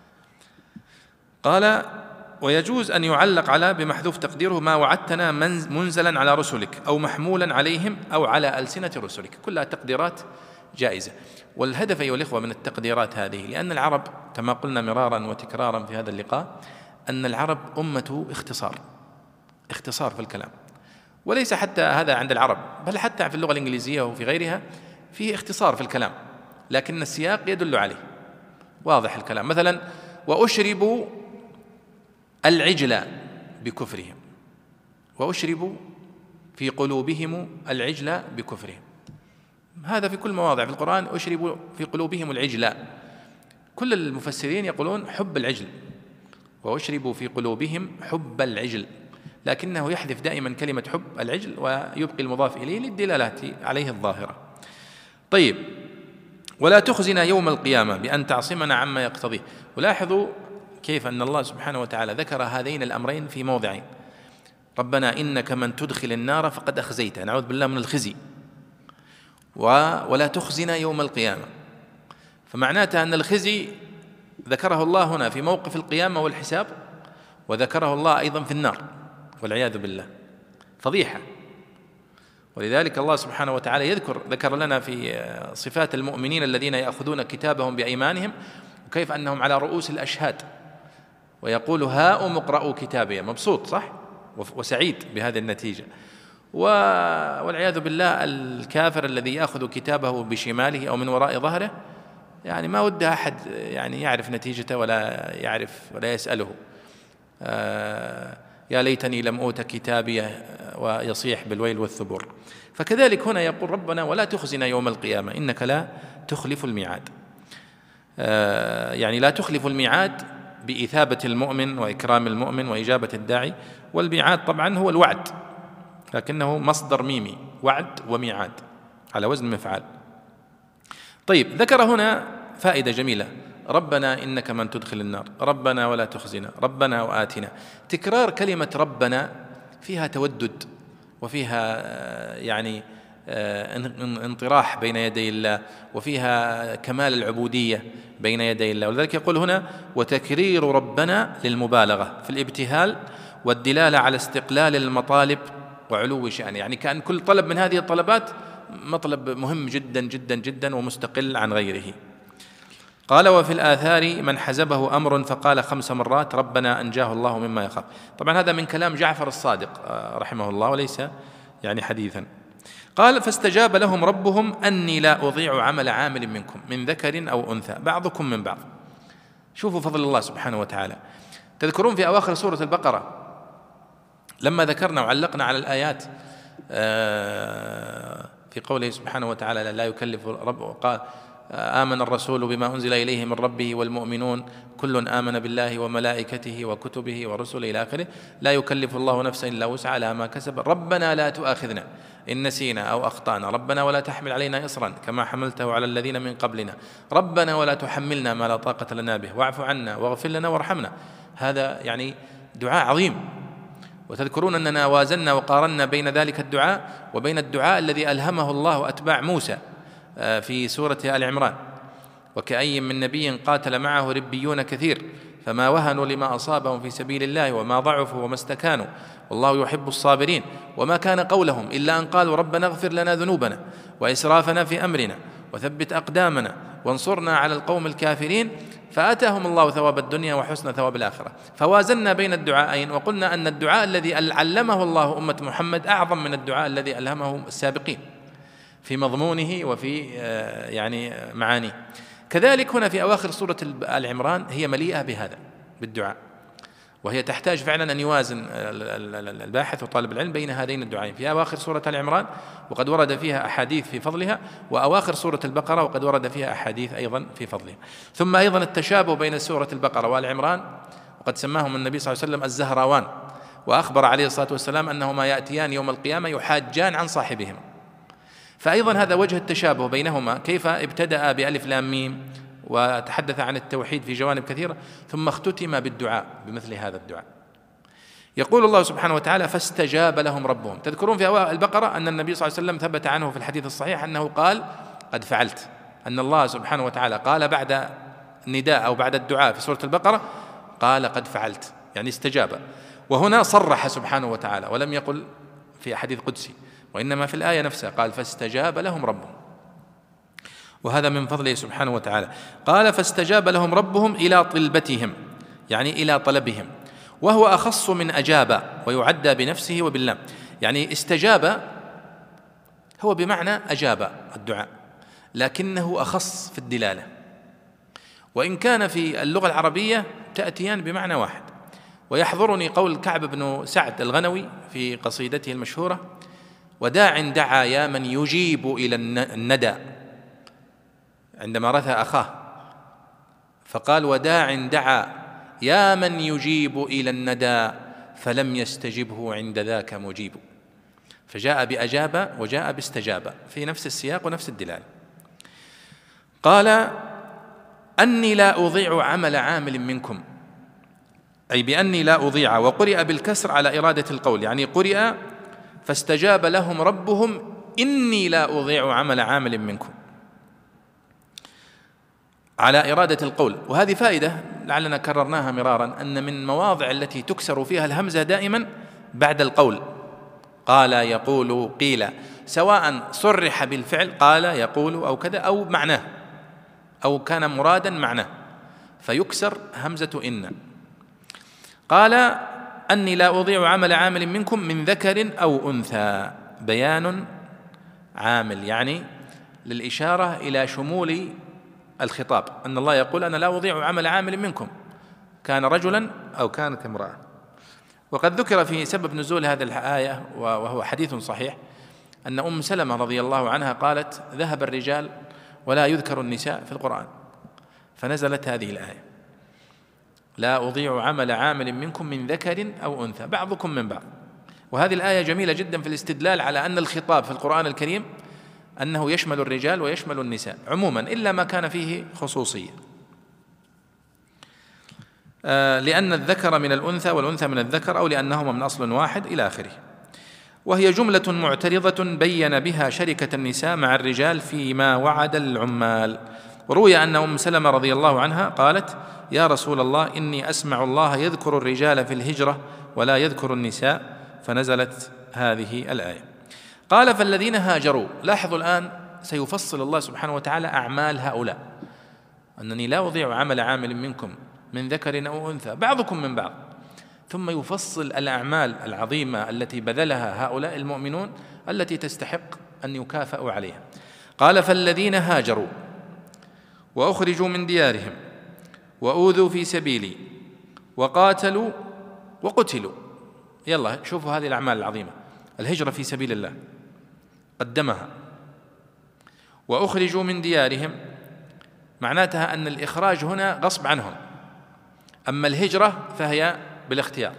قال: ويجوز أن يعلق على بمحذوف تقديره ما وعدتنا منزلا على رسلك، أو محمولا عليهم، أو على ألسنة رسلك، كلها تقديرات جائزة. والهدف أيها الإخوة من التقديرات هذه، لأن العرب كما قلنا مرارا وتكرارا في هذا اللقاء، أن العرب أمة اختصار في الكلام، وليس حتى هذا عند العرب، بل حتى في اللغة الإنجليزية وفي غيرها فيه اختصار في الكلام، لكن السياق يدل عليه، واضح الكلام. مثلا: وأشربوا العجل بكفرهم، وأشربوا في قلوبهم العجل بكفرهم، هذا في كل مواضع في القرآن: أشربوا في قلوبهم العجل. كل المفسرين يقولون حب العجل، وأشربوا في قلوبهم حب العجل، لكنه يحذف دائما كلمة حب العجل ويبقي المضاف إليه للدلالة عليه الظاهرة. طيب: ولا تخزنا يوم القيامة بأن تعصمنا عما يقتضيه. ولاحظوا كيف أن الله سبحانه وتعالى ذكر هذين الأمرين في موضعين: ربنا إنك من تدخل النار فقد أخزيته، نعوذ بالله من الخزي، ولا تخزنا يوم القيامة. فمعناته أن الخزي ذكره الله هنا في موقف القيامة والحساب، وذكره الله أيضا في النار والعياذ بالله، فضيحة. ولذلك الله سبحانه وتعالى ذكر لنا في صفات المؤمنين الذين يأخذون كتابهم بأيمانهم، وكيف أنهم على رؤوس الأشهاد، ويقول: هاؤم اقرأوا كتابي، مبسوط صح وسعيد بهذه النتيجة. والعياذ بالله الكافر الذي يأخذ كتابه بشماله أو من وراء ظهره، يعني ما وده أحد يعني يعرف نتيجته ولا يعرف ولا يسأله: يا ليتني لم أوت كتابي ويصيح بالويل والثبور. فكذلك هنا يقول ربنا ولا تخزنا يوم القيامة إنك لا تخلف الميعاد، يعني لا تخلف الميعاد بإثابة المؤمن وإكرام المؤمن وإجابة الداعي. والميعاد طبعا هو الوعد، لكنه مصدر ميمي، وعد وميعاد على وزن مفعال. طيب، ذكر هنا فائدة جميلة: ربنا إنك من تدخل النار، ربنا ولا تخزنا، ربنا وآتنا. تكرار كلمة ربنا فيها تودد، وفيها يعني انطراح بين يدي الله، وفيها كمال العبودية بين يدي الله. ولذلك يقول هنا: وتكرير ربنا للمبالغة في الابتهال والدلالة على استقلال المطالب وعلو شأنه، يعني كأن كل طلب من هذه الطلبات مطلب مهم جدا جدا جدا ومستقل عن غيره. قال: وفي الآثار من حزبه أمر فقال 5 مرات ربنا أنجاه الله مما يخاف. طبعا هذا من كلام جعفر الصادق رحمه الله وليس يعني حديثا. قال: فاستجاب لهم ربهم أني لا أضيع عمل عامل منكم من ذكر أو أنثى بعضكم من بعض. شوفوا فضل الله سبحانه وتعالى. تذكرون في أواخر سورة البقرة لما ذكرنا وعلقنا على الآيات في قوله سبحانه وتعالى: لا يكلف رب، قال: آمن الرسول بما أنزل إليه من ربه والمؤمنون كل آمن بالله وملائكته وكتبه ورسله إلى آخره، لا يكلف الله نفسا إلا وسعها لها ما كسبت، ربنا لا تؤاخذنا إن نسينا أو أخطأنا، ربنا ولا تحمل علينا إصرا كما حملته على الذين من قبلنا، ربنا ولا تحملنا ما لا طاقة لنا به، واعف عنا واغفر لنا وارحمنا. هذا يعني دعاء عظيم. وتذكرون أننا وازنا وقارنا بين ذلك الدعاء وبين الدعاء الذي ألهمه الله أتباع موسى في سورة آل عمران: وكأي من نبي قاتل معه ربيون كثير فما وهنوا لما أصابهم في سبيل الله وما ضعفوا وما استكانوا والله يحب الصابرين وما كان قولهم إلا أن قالوا ربنا اغفر لنا ذنوبنا وإسرافنا في أمرنا وثبت أقدامنا وانصرنا على القوم الكافرين فآتاهم الله ثواب الدنيا وحسن ثواب الآخرة. فوازنا بين الدعاءين وقلنا أن الدعاء الذي علمه الله أمة محمد أعظم من الدعاء الذي ألهمه السابقين في مضمونه وفي يعني معانيه. كذلك هنا في أواخر سورة آل عمران هي مليئة بهذا بالدعاء، وهي تحتاج فعلا أن يوازن الباحث وطالب العلم بين هذين الدعائين. في أواخر سورة آل عمران وقد ورد فيها أحاديث في فضلها، وأواخر سورة البقرة وقد ورد فيها أحاديث أيضا في فضلها. ثم أيضا التشابه بين سورة البقرة وآل عمران، وقد سماهم النبي صلى الله عليه وسلم الزهراوان، وأخبر عليه الصلاة والسلام أنهما يأتيان يوم القيامة يحاجان عن صاحبهما. فأيضا هذا وجه التشابه بينهما، كيف ابتدأ بألف لام ميم وتحدث عن التوحيد في جوانب كثيرة ثم اختتم بالدعاء بمثل هذا الدعاء. يقول الله سبحانه وتعالى: فاستجاب لهم ربهم. تذكرون في أوائل البقرة أن النبي صلى الله عليه وسلم ثبت عنه في الحديث الصحيح أنه قال: قد فعلت، أن الله سبحانه وتعالى قال بعد نداء أو بعد الدعاء في سورة البقرة قال قد فعلت، يعني استجاب. وهنا صرح سبحانه وتعالى ولم يقل في حديث قدسي، وإنما في الآية نفسها قال: فاستجاب لهم ربهم، وهذا من فضله سبحانه وتعالى. قال: فاستجاب لهم ربهم إلى طلبتهم، يعني إلى طلبهم، وهو أخص من أجاب ويعدى بنفسه وباللام. يعني استجاب هو بمعنى أجاب الدعاء، لكنه أخص في الدلالة، وإن كان في اللغة العربية تأتيان بمعنى واحد. ويحضرني قول كعب بن سعد الغنوي في قصيدته المشهورة: وداع دعا يا من يجيب إلى الندى، عندما رثى أخاه فقال: وداع دعا يا من يجيب إلى الندى فلم يستجبه عند ذاك مجيب. فجاء بأجاب وجاء باستجاب في نفس السياق ونفس الدلالة. قال: أني لا أضيع عمل عامل منكم، أي بأني لا أضيع، وقرئ بالكسر على إرادة القول، يعني قرئ فاستجاب لهم ربهم إني لا أضيع عمل عامل منكم على إرادة القول. وهذه فائدة لعلنا كررناها مرارا، أن من مواضع التي تكسر فيها الهمزة دائما بعد القول، قال يقول قيل، سواء صرح بالفعل قال يقول أو كذا أو معناه أو كان مرادا معناه، فيكسر همزة إن. قال: أني لا أضيع عمل عامل منكم من ذكر أو أنثى، بيان عامل، يعني للإشارة إلى شمول الخطاب، أن الله يقول: أنا لا أضيع عمل عامل منكم، كان رجلا أو كانت امرأة. وقد ذكر في سبب نزول هذه الآية وهو حديث صحيح أن أم سلمة رضي الله عنها قالت: ذهب الرجال ولا يذكر النساء في القرآن، فنزلت هذه الآية: لا أضيع عمل عامل منكم من ذكر أو أنثى بعضكم من بعض. وهذه الآية جميلة جدا في الاستدلال على أن الخطاب في القرآن الكريم أنه يشمل الرجال ويشمل النساء عموما إلا ما كان فيه خصوصية، لأن الذكر من الأنثى والأنثى من الذكر، أو لأنهما من أصل واحد إلى آخره. وهي جملة معترضة بين بها شركة النساء مع الرجال فيما وعد العمال. وروي أن أم سلمة رضي الله عنها قالت: يا رسول الله إني أسمع الله يذكر الرجال في الهجرة ولا يذكر النساء، فنزلت هذه الآية. قال: فالذين هاجروا. لاحظوا الآن سيفصل الله سبحانه وتعالى أعمال هؤلاء، أنني لا أضيع عمل عامل منكم من ذكر أو أنثى بعضكم من بعض، ثم يفصل الأعمال العظيمة التي بذلها هؤلاء المؤمنون التي تستحق أن يكافئوا عليها. قال: فالذين هاجروا وأخرجوا من ديارهم وأوذوا في سبيلي وقاتلوا وقتلوا. يلا شوفوا هذه الأعمال العظيمة، الهجرة في سبيل الله قدمها، وأخرجوا من ديارهم معناتها أن الإخراج هنا غصب عنهم، أما الهجرة فهي بالاختيار.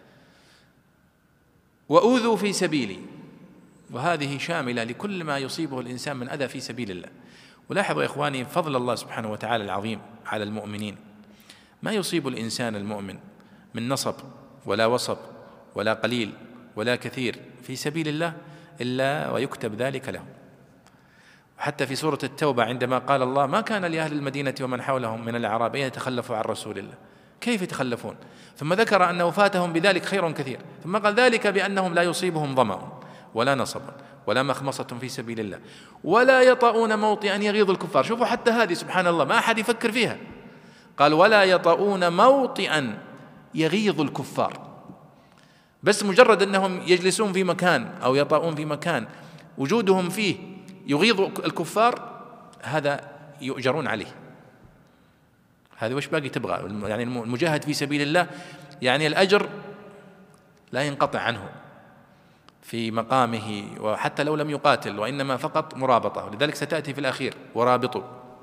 وأوذوا في سبيلي، وهذه شاملة لكل ما يصيبه الإنسان من أذى في سبيل الله. ولاحظوا يا إخواني فضل الله سبحانه وتعالى العظيم على المؤمنين، ما يصيب الإنسان المؤمن من نصب ولا وصب ولا قليل ولا كثير في سبيل الله إلا ويكتب ذلك له. وحتى في سورة التوبة عندما قال الله: ما كان لأهل المدينة ومن حولهم من الأعراب أن يتخلفوا عن رسول الله. كيف يتخلفون؟ ثم ذكر أنه فاتهم بذلك خير كثير، ثم قال: ذلك بأنهم لا يصيبهم ظمأ ولا نصب ولا مخمصة في سبيل الله ولا يطؤون موطئا يغيظ الكفار. شوفوا حتى هذه سبحان الله ما أحد يفكر فيها، قال: ولا يطؤون موطئا يغيظ الكفار. بس مجرد أنهم يجلسون في مكان أو يطؤون في مكان وجودهم فيه يغيظ الكفار، هذا يؤجرون عليه. هذا وش باقي تبغى؟ يعني المجاهد في سبيل الله يعني الأجر لا ينقطع عنه في مقامه، وحتى لو لم يقاتل، وإنما فقط مرابطة، ولذلك ستأتي في الأخير: ورابطوا.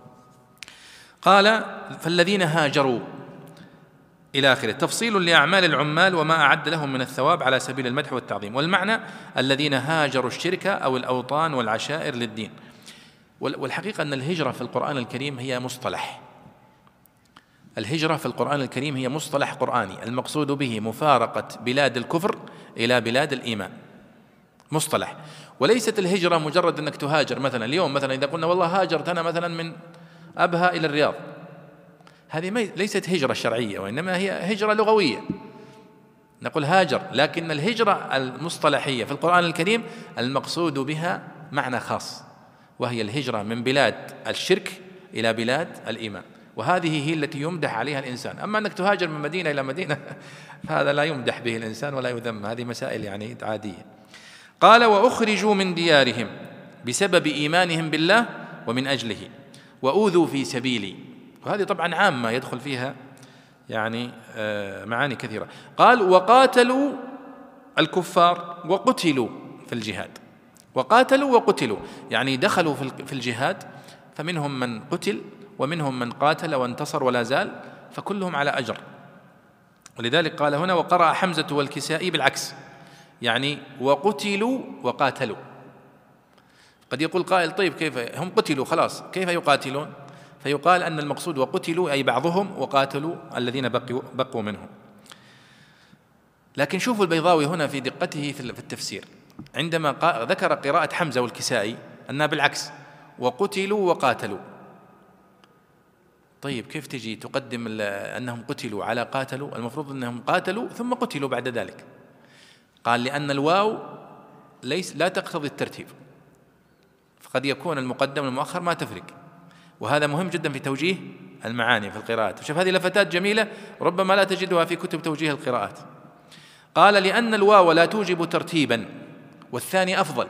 قال: فالذين هاجروا إلى آخره، تفصيل لأعمال العمال وما أعد لهم من الثواب على سبيل المدح والتعظيم. والمعنى الذين هاجروا الشرك أو الأوطان والعشائر للدين. والحقيقة أن الهجرة في القرآن الكريم هي مصطلح، الهجرة في القرآن الكريم هي مصطلح قرآني، المقصود به مفارقة بلاد الكفر إلى بلاد الإيمان، مصطلح. وليست الهجرة مجرد أنك تهاجر. مثلا اليوم مثلا إذا قلنا والله هاجرت أنا مثلا من أبها إلى الرياض، هذه ليست هجرة شرعية، وإنما هي هجرة لغوية، نقول هاجر. لكن الهجرة المصطلحية في القرآن الكريم المقصود بها معنى خاص، وهي الهجرة من بلاد الشرك إلى بلاد الإيمان، وهذه هي التي يمدح عليها الإنسان. أما أنك تهاجر من مدينة إلى مدينة فهذا لا يمدح به الإنسان ولا يذم، هذه مسائل يعني عادية. قال: وأخرجوا من ديارهم بسبب إيمانهم بالله ومن أجله، وأوذوا في سبيلي. وهذه طبعا عامة يدخل فيها يعني معاني كثيرة. قال: وقاتلوا الكفار وقتلوا في الجهاد. وقاتلوا وقتلوا يعني دخلوا في الجهاد، فمنهم من قتل ومنهم من قاتل وانتصر ولا زال، فكلهم على أجر. ولذلك قال هنا: وقرأ حمزة والكسائي بالعكس، يعني وقتلوا وقاتلوا. قد يقول قائل: طيب كيف هم قتلوا خلاص كيف يقاتلون؟ فيقال أن المقصود وقتلوا أي بعضهم، وقاتلوا الذين بقوا منهم. لكن شوفوا البيضاوي هنا في دقته في التفسير، عندما ذكر قراءة حمزة والكسائي أنها بالعكس: وقتلوا وقاتلوا. طيب كيف تجي تقدم أنهم قتلوا على قاتلوا؟ المفروض أنهم قاتلوا ثم قتلوا بعد ذلك. قال: لأن الواو لا تقتضي الترتيب، فقد يكون المقدم والمؤخر ما تفرق، وهذا مهم جدا في توجيه المعاني في القراءات. شوف هذه لفتات جميلة ربما لا تجدها في كتب توجيه القراءات. قال: لأن الواو لا توجب ترتيبا والثاني أفضل،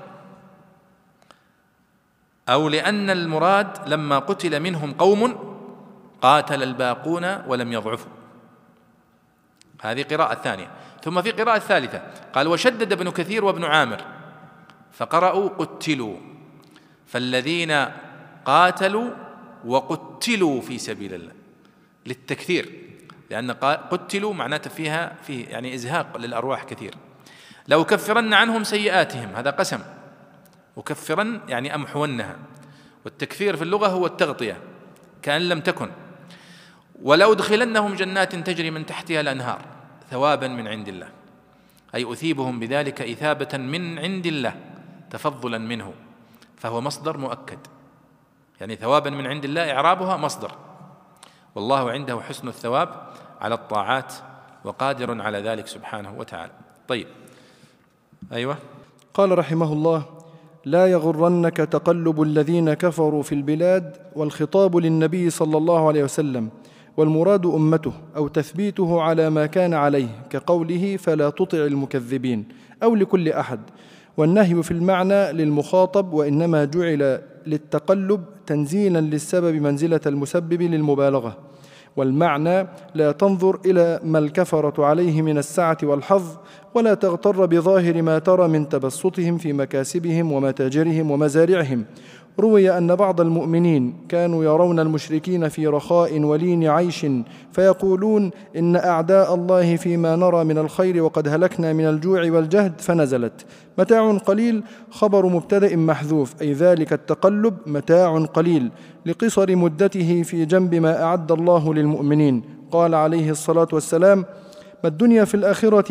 أو لأن المراد لما قتل منهم قوم قاتل الباقون ولم يضعفوا. هذه قراءة ثانية. ثم في قراءة ثالثة قال وشدد ابن كثير وابن عامر فقرأوا قتلوا، فالذين قاتلوا وقتلوا في سبيل الله للتكثير، لأن قتلوا معناته فيه يعني إزهاق للأرواح كثير. لو كفرن عنهم سيئاتهم، هذا قسم، وكفرن يعني أمحونها، والتكفير في اللغة هو التغطية كأن لم تكن. ولو أدخلنهم جنات تجري من تحتها الأنهار ثوابا من عند الله، أي أثيبهم بذلك إثابة من عند الله تفضلا منه، فهو مصدر مؤكد، يعني ثوابا من عند الله إعرابها مصدر، والله عنده حسن الثواب على الطاعات وقادر على ذلك سبحانه وتعالى. طيب أيوة. قال رحمه الله: لا يغرنك تقلب الذين كفروا في البلاد، والخطاب للنبي صلى الله عليه وسلم، والمراد أمته أو تثبيته على ما كان عليه، كقوله فلا تطع المكذبين، أو لكل أحد. والنهي في المعنى للمخاطب، وإنما جعل للتقلب تنزيلا للسبب منزلة المسبب للمبالغة. والمعنى لا تنظر إلى ما الكفرة عليه من السعة والحظ، ولا تغتر بظاهر ما ترى من تبسطهم في مكاسبهم ومتاجرهم ومزارعهم. روي أن بعض المؤمنين كانوا يرون المشركين في رخاء ولين عيش، فيقولون إن أعداء الله فيما نرى من الخير وقد هلكنا من الجوع والجهد، فنزلت متاع قليل خبر مبتدأ محذوف، أي ذلك التقلب متاع قليل لقصر مدته في جنب ما أعد الله للمؤمنين. قال عليه الصلاة والسلام: ما الدنيا في الآخرة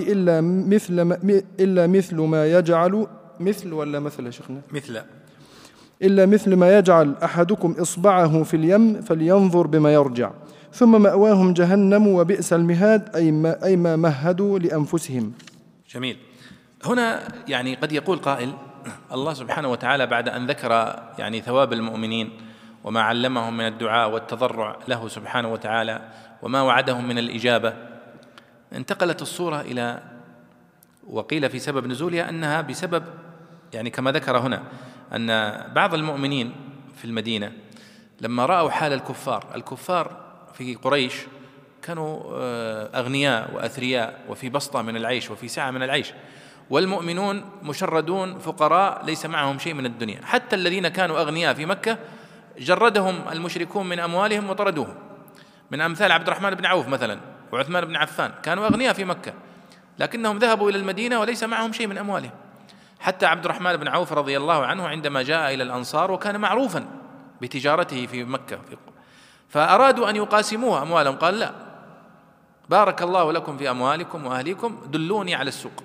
إلا مثل ما يجعل مثل ولا مثل يا شيخنا؟ مثل إلا مثل ما يجعل أحدكم إصبعه في اليم فلينظر بما يرجع، ثم مأواهم جهنم وبئس المهاد، أي ما مهدوا لأنفسهم. جميل. هنا يعني قد يقول قائل: الله سبحانه وتعالى بعد أن ذكر يعني ثواب المؤمنين وما علمهم من الدعاء والتضرع له سبحانه وتعالى وما وعدهم من الإجابة، انتقلت الصورة إلى، وقيل في سبب نزولها أنها بسبب يعني كما ذكر هنا أن بعض المؤمنين في المدينة لما رأوا حال الكفار في قريش كانوا أغنياء وأثرياء وفي بسطة من العيش وفي سعة من العيش، والمؤمنون مشردون فقراء ليس معهم شيء من الدنيا. حتى الذين كانوا أغنياء في مكة جردهم المشركون من أموالهم وطردوهم، من أمثال عبد الرحمن بن عوف مثلا وعثمان بن عفان، كانوا أغنياء في مكة لكنهم ذهبوا إلى المدينة وليس معهم شيء من أموالهم. حتى عبد الرحمن بن عوف رضي الله عنه عندما جاء إلى الأنصار وكان معروفا بتجارته في مكة فأرادوا أن يقاسموها أموالهم، قال: لا، بارك الله لكم في أموالكم وأهليكم، دلوني على السوق.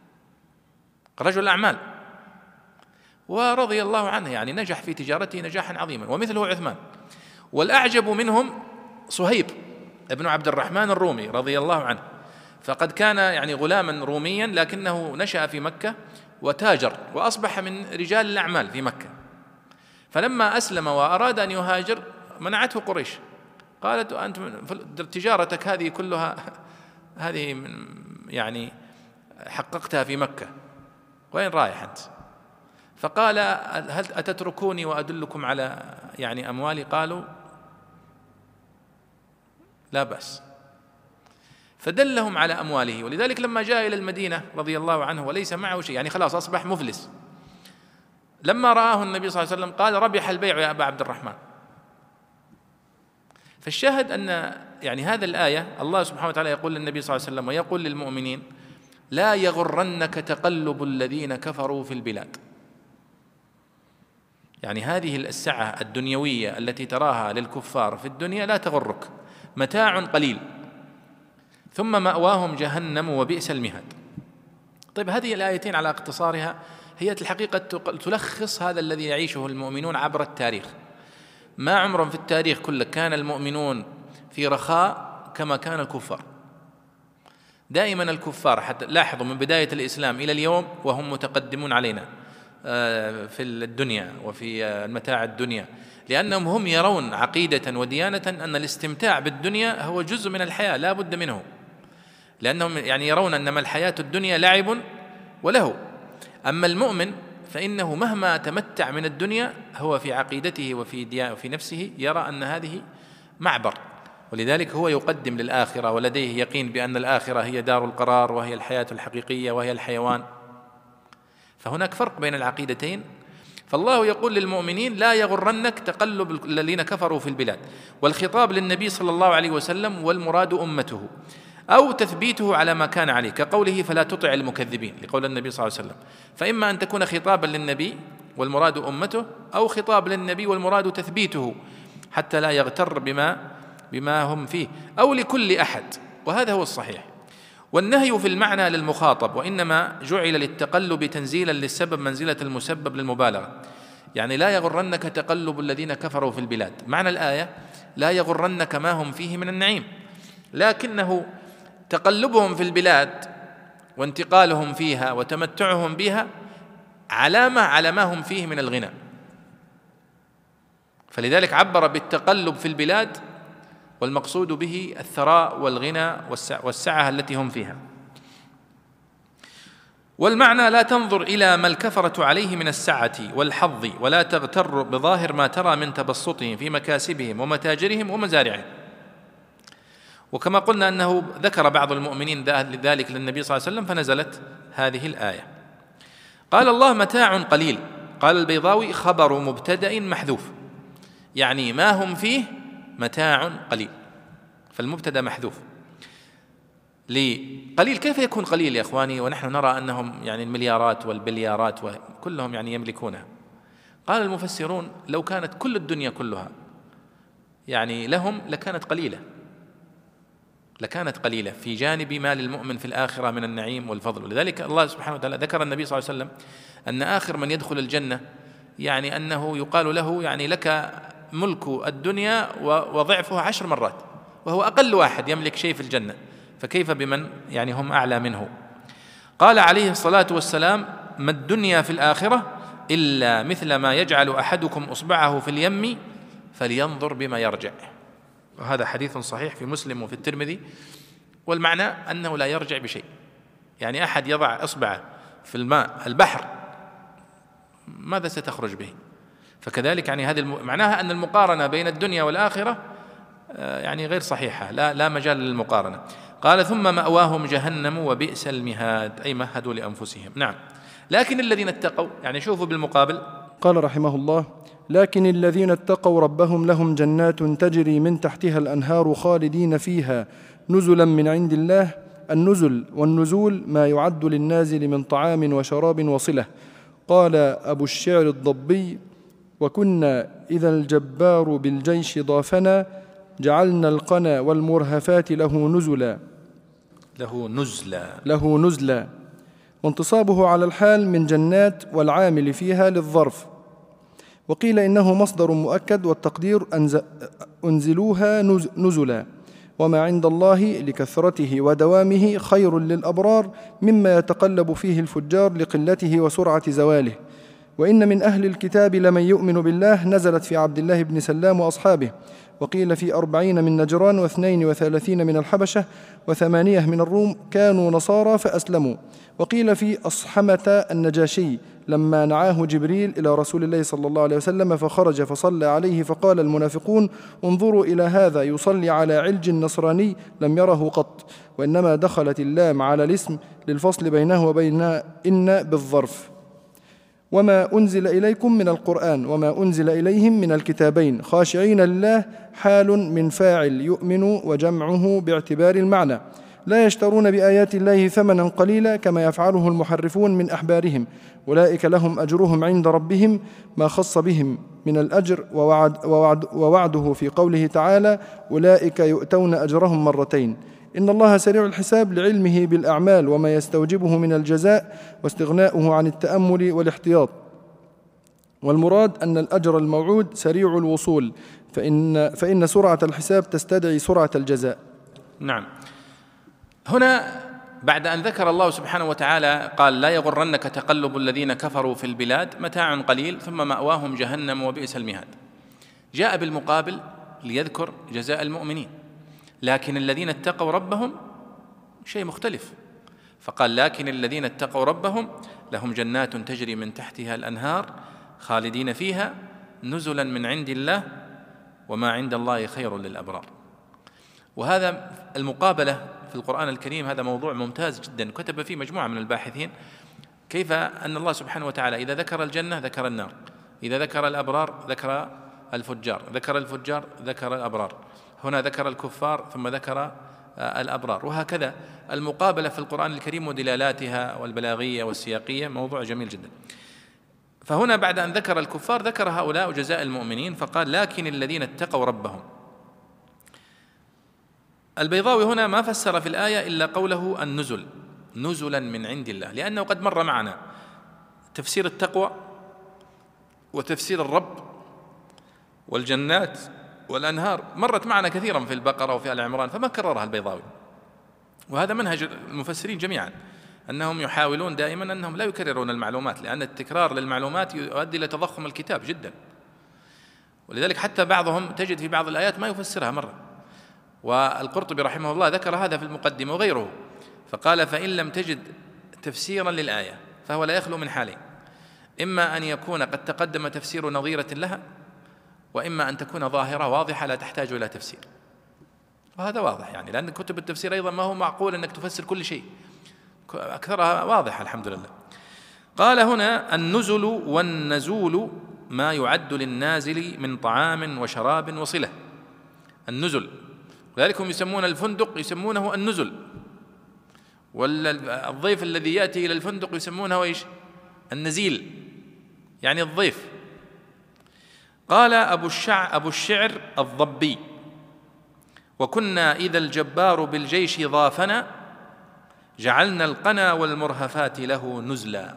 رجل أعمال ورضي الله عنه، يعني نجح في تجارته نجاحا عظيما، ومثله عثمان. والأعجب منهم صهيب ابن عبد الرحمن الرومي رضي الله عنه، فقد كان يعني غلاما روميا لكنه نشأ في مكة وتاجر وأصبح من رجال الأعمال في مكة. فلما أسلم وأراد أن يهاجر منعته قريش، قالت: أنت تجارتك هذه كلها هذه يعني حققتها في مكة، وين رايح أنت؟ فقال: هل أتتركوني وأدلكم على يعني أموالي؟ قالوا: لا بأس. فدلهم على أمواله. ولذلك لما جاء إلى المدينة رضي الله عنه وليس معه شيء، يعني خلاص أصبح مفلس، لما رآه النبي صلى الله عليه وسلم قال: ربح البيع يا أبا عبد الرحمن. فالشاهد أن يعني هذا الآية الله سبحانه وتعالى يقول للنبي صلى الله عليه وسلم ويقول للمؤمنين: لا يغرنك تقلب الذين كفروا في البلاد. يعني هذه السعة الدنيوية التي تراها للكفار في الدنيا لا تغرك، متاع قليل ثم مأواهم جهنم وبئس المهاد. طيب، هذه الآيتين على اقتصارها هي الحقيقة تلخص هذا الذي يعيشه المؤمنون عبر التاريخ. ما عمر في التاريخ كله كان المؤمنون في رخاء كما كان الكفار. دائما الكفار، حتى لاحظوا من بداية الإسلام إلى اليوم وهم متقدمون علينا في الدنيا وفي المتاع الدنيا، لأنهم هم يرون عقيدة وديانة أن الاستمتاع بالدنيا هو جزء من الحياة لا بد منه، لأنهم يعني يرون أنما الحياة الدنيا لعب وله. أما المؤمن فإنه مهما تمتع من الدنيا هو في عقيدته وفي نفسه يرى أن هذه معبر، ولذلك هو يقدم للآخرة ولديه يقين بأن الآخرة هي دار القرار وهي الحياة الحقيقية وهي الحيوان. فهناك فرق بين العقيدتين. فالله يقول للمؤمنين: لا يغرنك تقلب الذين كفروا في البلاد، والخطاب للنبي صلى الله عليه وسلم، والمراد أمته أو تثبيته على ما كان عليه، كقوله: فلا تطع المكذبين، لقول النبي صلى الله عليه وسلم. فإما أن تكون خطابا للنبي والمراد أمته، أو خطاب للنبي والمراد تثبيته حتى لا يغتر بما هم فيه، أو لكل أحد، وهذا هو الصحيح. والنهي في المعنى للمخاطب، وإنما جعل للتقلب تنزيلا للسبب منزلة المسبب للمبالغة. يعني لا يغرنك تقلب الذين كفروا في البلاد، معنى الآية لا يغرنك ما هم فيه من النعيم، لكنه تقلبهم في البلاد وانتقالهم فيها وتمتعهم بها علامة على ما هم فيه من الغنى، فلذلك عبر بالتقلب في البلاد، والمقصود به الثراء والغنى والسعة التي هم فيها. والمعنى: لا تنظر إلى ما الكفرة عليه من السعة والحظ، ولا تغتر بظاهر ما ترى من تبسطهم في مكاسبهم ومتاجرهم ومزارعهم. وكما قلنا أنه ذكر بعض المؤمنين ذلك للنبي صلى الله عليه وسلم فنزلت هذه الآية. قال الله: متاع قليل. قال البيضاوي: خبر مبتدأ محذوف، يعني ما هم فيه متاع قليل، فالمبتدأ محذوف. قليل كيف يكون قليل يا إخواني ونحن نرى أنهم يعني المليارات والبليارات وكلهم يعني يملكونها؟ قال المفسرون: لو كانت كل الدنيا كلها يعني لهم لكانت قليلة في جانب ما للمؤمن في الآخرة من النعيم والفضل. ولذلك الله سبحانه وتعالى ذكر النبي صلى الله عليه وسلم أن آخر من يدخل الجنة يعني أنه يقال له: يعني لك ملك الدنيا وضعفها 10 مرات، وهو أقل واحد يملك شيء في الجنة، فكيف بمن يعني هم أعلى منه؟ قال عليه الصلاة والسلام: ما الدنيا في الآخرة إلا مثل ما يجعل أحدكم إصبعه في اليم فلينظر بما يرجع. وهذا حديث صحيح في مسلم وفي الترمذي، والمعنى أنه لا يرجع بشيء. يعني أحد يضع إصبعه في الماء البحر ماذا ستخرج به؟ فكذلك يعني هذه معناها أن المقارنة بين الدنيا والآخرة يعني غير صحيحة، لا مجال للمقارنة. قال: ثم مأواهم جهنم وبئس المهاد، أي مهدوا لأنفسهم. نعم. لكن الذين اتقوا، يعني شوفوا بالمقابل. قال رحمه الله: لكن الذين اتقوا ربهم لهم جنات تجري من تحتها الأنهار خالدين فيها نزلا من عند الله. النزل والنزول ما يعد للنازل من طعام وشراب وصلة. قال أبو الشعر الضبي: وكنا إذا الجبار بالجيش ضافنا جعلنا القنا والمرهفات له نزلا. وانتصابه على الحال من جنات والعامل فيها للظرف. وقيل إنه مصدر مؤكد، والتقدير أنزلوها نزلا. وما عند الله لكثرته ودوامه خير للأبرار مما يتقلب فيه الفجار لقلته وسرعة زواله. وإن من أهل الكتاب لمن يؤمن بالله، نزلت في عبد الله بن سلام وأصحابه. وقيل في 40 من نجران و32 من الحبشة و8 من الروم كانوا نصارى فأسلموا. وقيل في أصحمة النجاشي لما نعاه جبريل إلى رسول الله صلى الله عليه وسلم فخرج فصلى عليه فقال المنافقون: انظروا إلى هذا يصلي على علج نصراني لم يره قط. وإنما دخلت اللام على الاسم للفصل بينه وبين إن بالظرف. وما أنزل إليكم من القرآن وما أنزل إليهم من الكتابين خاشعين لله حال من فاعل يؤمن وجمعه باعتبار المعنى، لا يشترون بآيات الله ثمنا قليلا كما يفعله المحرفون من أحبارهم. أولئك لهم أجرهم عند ربهم ما خص بهم من الأجر ووعده في قوله تعالى: أولئك يؤتون أجرهم مرتين. إن الله سريع الحساب لعلمه بالأعمال وما يستوجبه من الجزاء واستغناؤه عن التأمل والاحتياط. والمراد أن الأجر الموعود سريع الوصول، فإن سرعة الحساب تستدعي سرعة الجزاء. نعم. هنا بعد أن ذكر الله سبحانه وتعالى قال: لا يغرنك تقلب الذين كفروا في البلاد متاع قليل ثم مأواهم جهنم وبئس المهاد، جاء بالمقابل ليذكر جزاء المؤمنين. لكن الذين اتقوا ربهم شيء مختلف، فقال: لكن الذين اتقوا ربهم لهم جنات تجري من تحتها الأنهار خالدين فيها نزلا من عند الله وما عند الله خير للأبرار. وهذا المقابلة في القرآن الكريم هذا موضوع ممتاز جدا كتب فيه مجموعة من الباحثين، كيف أن الله سبحانه وتعالى إذا ذكر الجنة ذكر النار، إذا ذكر الأبرار ذكر الفجار، ذكر الفجار ذكر الأبرار، هنا ذكر الكفار ثم ذكر الأبرار، وهكذا المقابلة في القرآن الكريم ودلالاتها والبلاغية والسياقية موضوع جميل جدا. فهنا بعد أن ذكر الكفار ذكر هؤلاء وجزاء المؤمنين، فقال لكن الذين اتقوا ربهم. البيضاوي هنا ما فسر في الآية إلا قوله النزل، نزلا من عند الله، لأنه قد مر معنا تفسير التقوى وتفسير الرب والجنات والأنهار، مرت معنا كثيرا في البقرة وفي آل عمران، فما كررها البيضاوي. وهذا منهج المفسرين جميعا، أنهم يحاولون دائما أنهم لا يكررون المعلومات، لأن التكرار للمعلومات يؤدي إلى تضخم الكتاب جدا، ولذلك حتى بعضهم تجد في بعض الآيات ما يفسرها مرة. والقرطبي رحمه الله ذكر هذا في المقدمة وغيره، فقال فإن لم تجد تفسيرا للآية فهو لا يخلو من حالين، إما أن يكون قد تقدم تفسير نظيرة لها، وإما أن تكون ظاهرة واضحة لا تحتاج إلى تفسير. وهذا واضح يعني، لأن كتب التفسير أيضا ما هو معقول أنك تفسر كل شيء، أكثرها واضحة الحمد لله. قال هنا النزل والنزول ما يعد للنازل من طعام وشراب وصلة، النزل، ولذلك هم يسمون الفندق يسمونه النزل، والضيف الذي يأتي إلى الفندق يسمونه إيش؟ النزيل، يعني الضيف. قال أبو الشعر الضبي وكنا إذا الجبار بالجيش ضافنا جعلنا القنا والمرهفات له نزلا.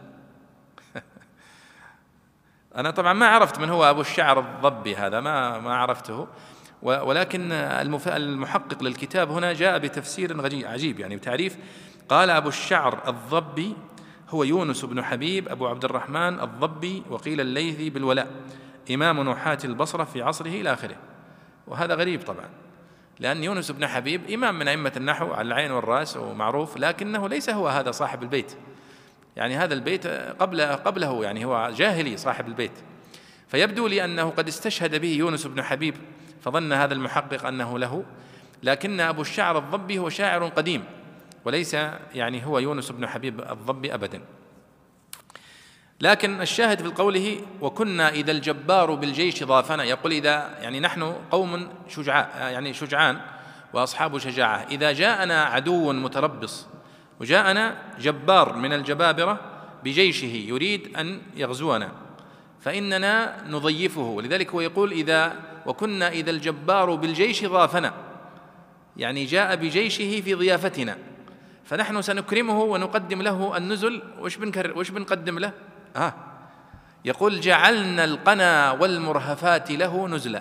أنا طبعا ما عرفت من هو أبو الشعر الضبي هذا، ما عرفته، ولكن المحقق للكتاب هنا جاء بتفسير عجيب يعني بتعريف. قال أبو الشعر الضبي هو يونس بن حبيب أبو عبد الرحمن الضبي، وقيل الليثي بالولاء، إمام نحاة البصرة في عصره إلى آخره. وهذا غريب طبعا، لأن يونس بن حبيب إمام من أئمة النحو على العين والرأس ومعروف، لكنه ليس هو هذا صاحب البيت، يعني هذا البيت قبله، يعني هو جاهلي صاحب البيت. فيبدو لي أنه قد استشهد به يونس بن حبيب، فظن هذا المحقق أنه له، لكن أبو الشعر الضبي هو شاعر قديم وليس يعني هو يونس بن حبيب الضبي أبدا. لكن الشاهد في قوله وكنا إذا الجبار بالجيش ضافنا، يقول إذا يعني نحن قوم يعني شجعان وأصحاب شجاعة، إذا جاءنا عدو متربص وجاءنا جبار من الجبابرة بجيشه يريد أن يغزونا فإننا نضيفه. لذلك هو يقول وكنا إذا الجبار بالجيش ضافنا، يعني جاء بجيشه في ضيافتنا، فنحن سنكرمه ونقدم له النزل. وش بنقدم له؟ يقول جعلنا القنا والمرهفات له نزلا.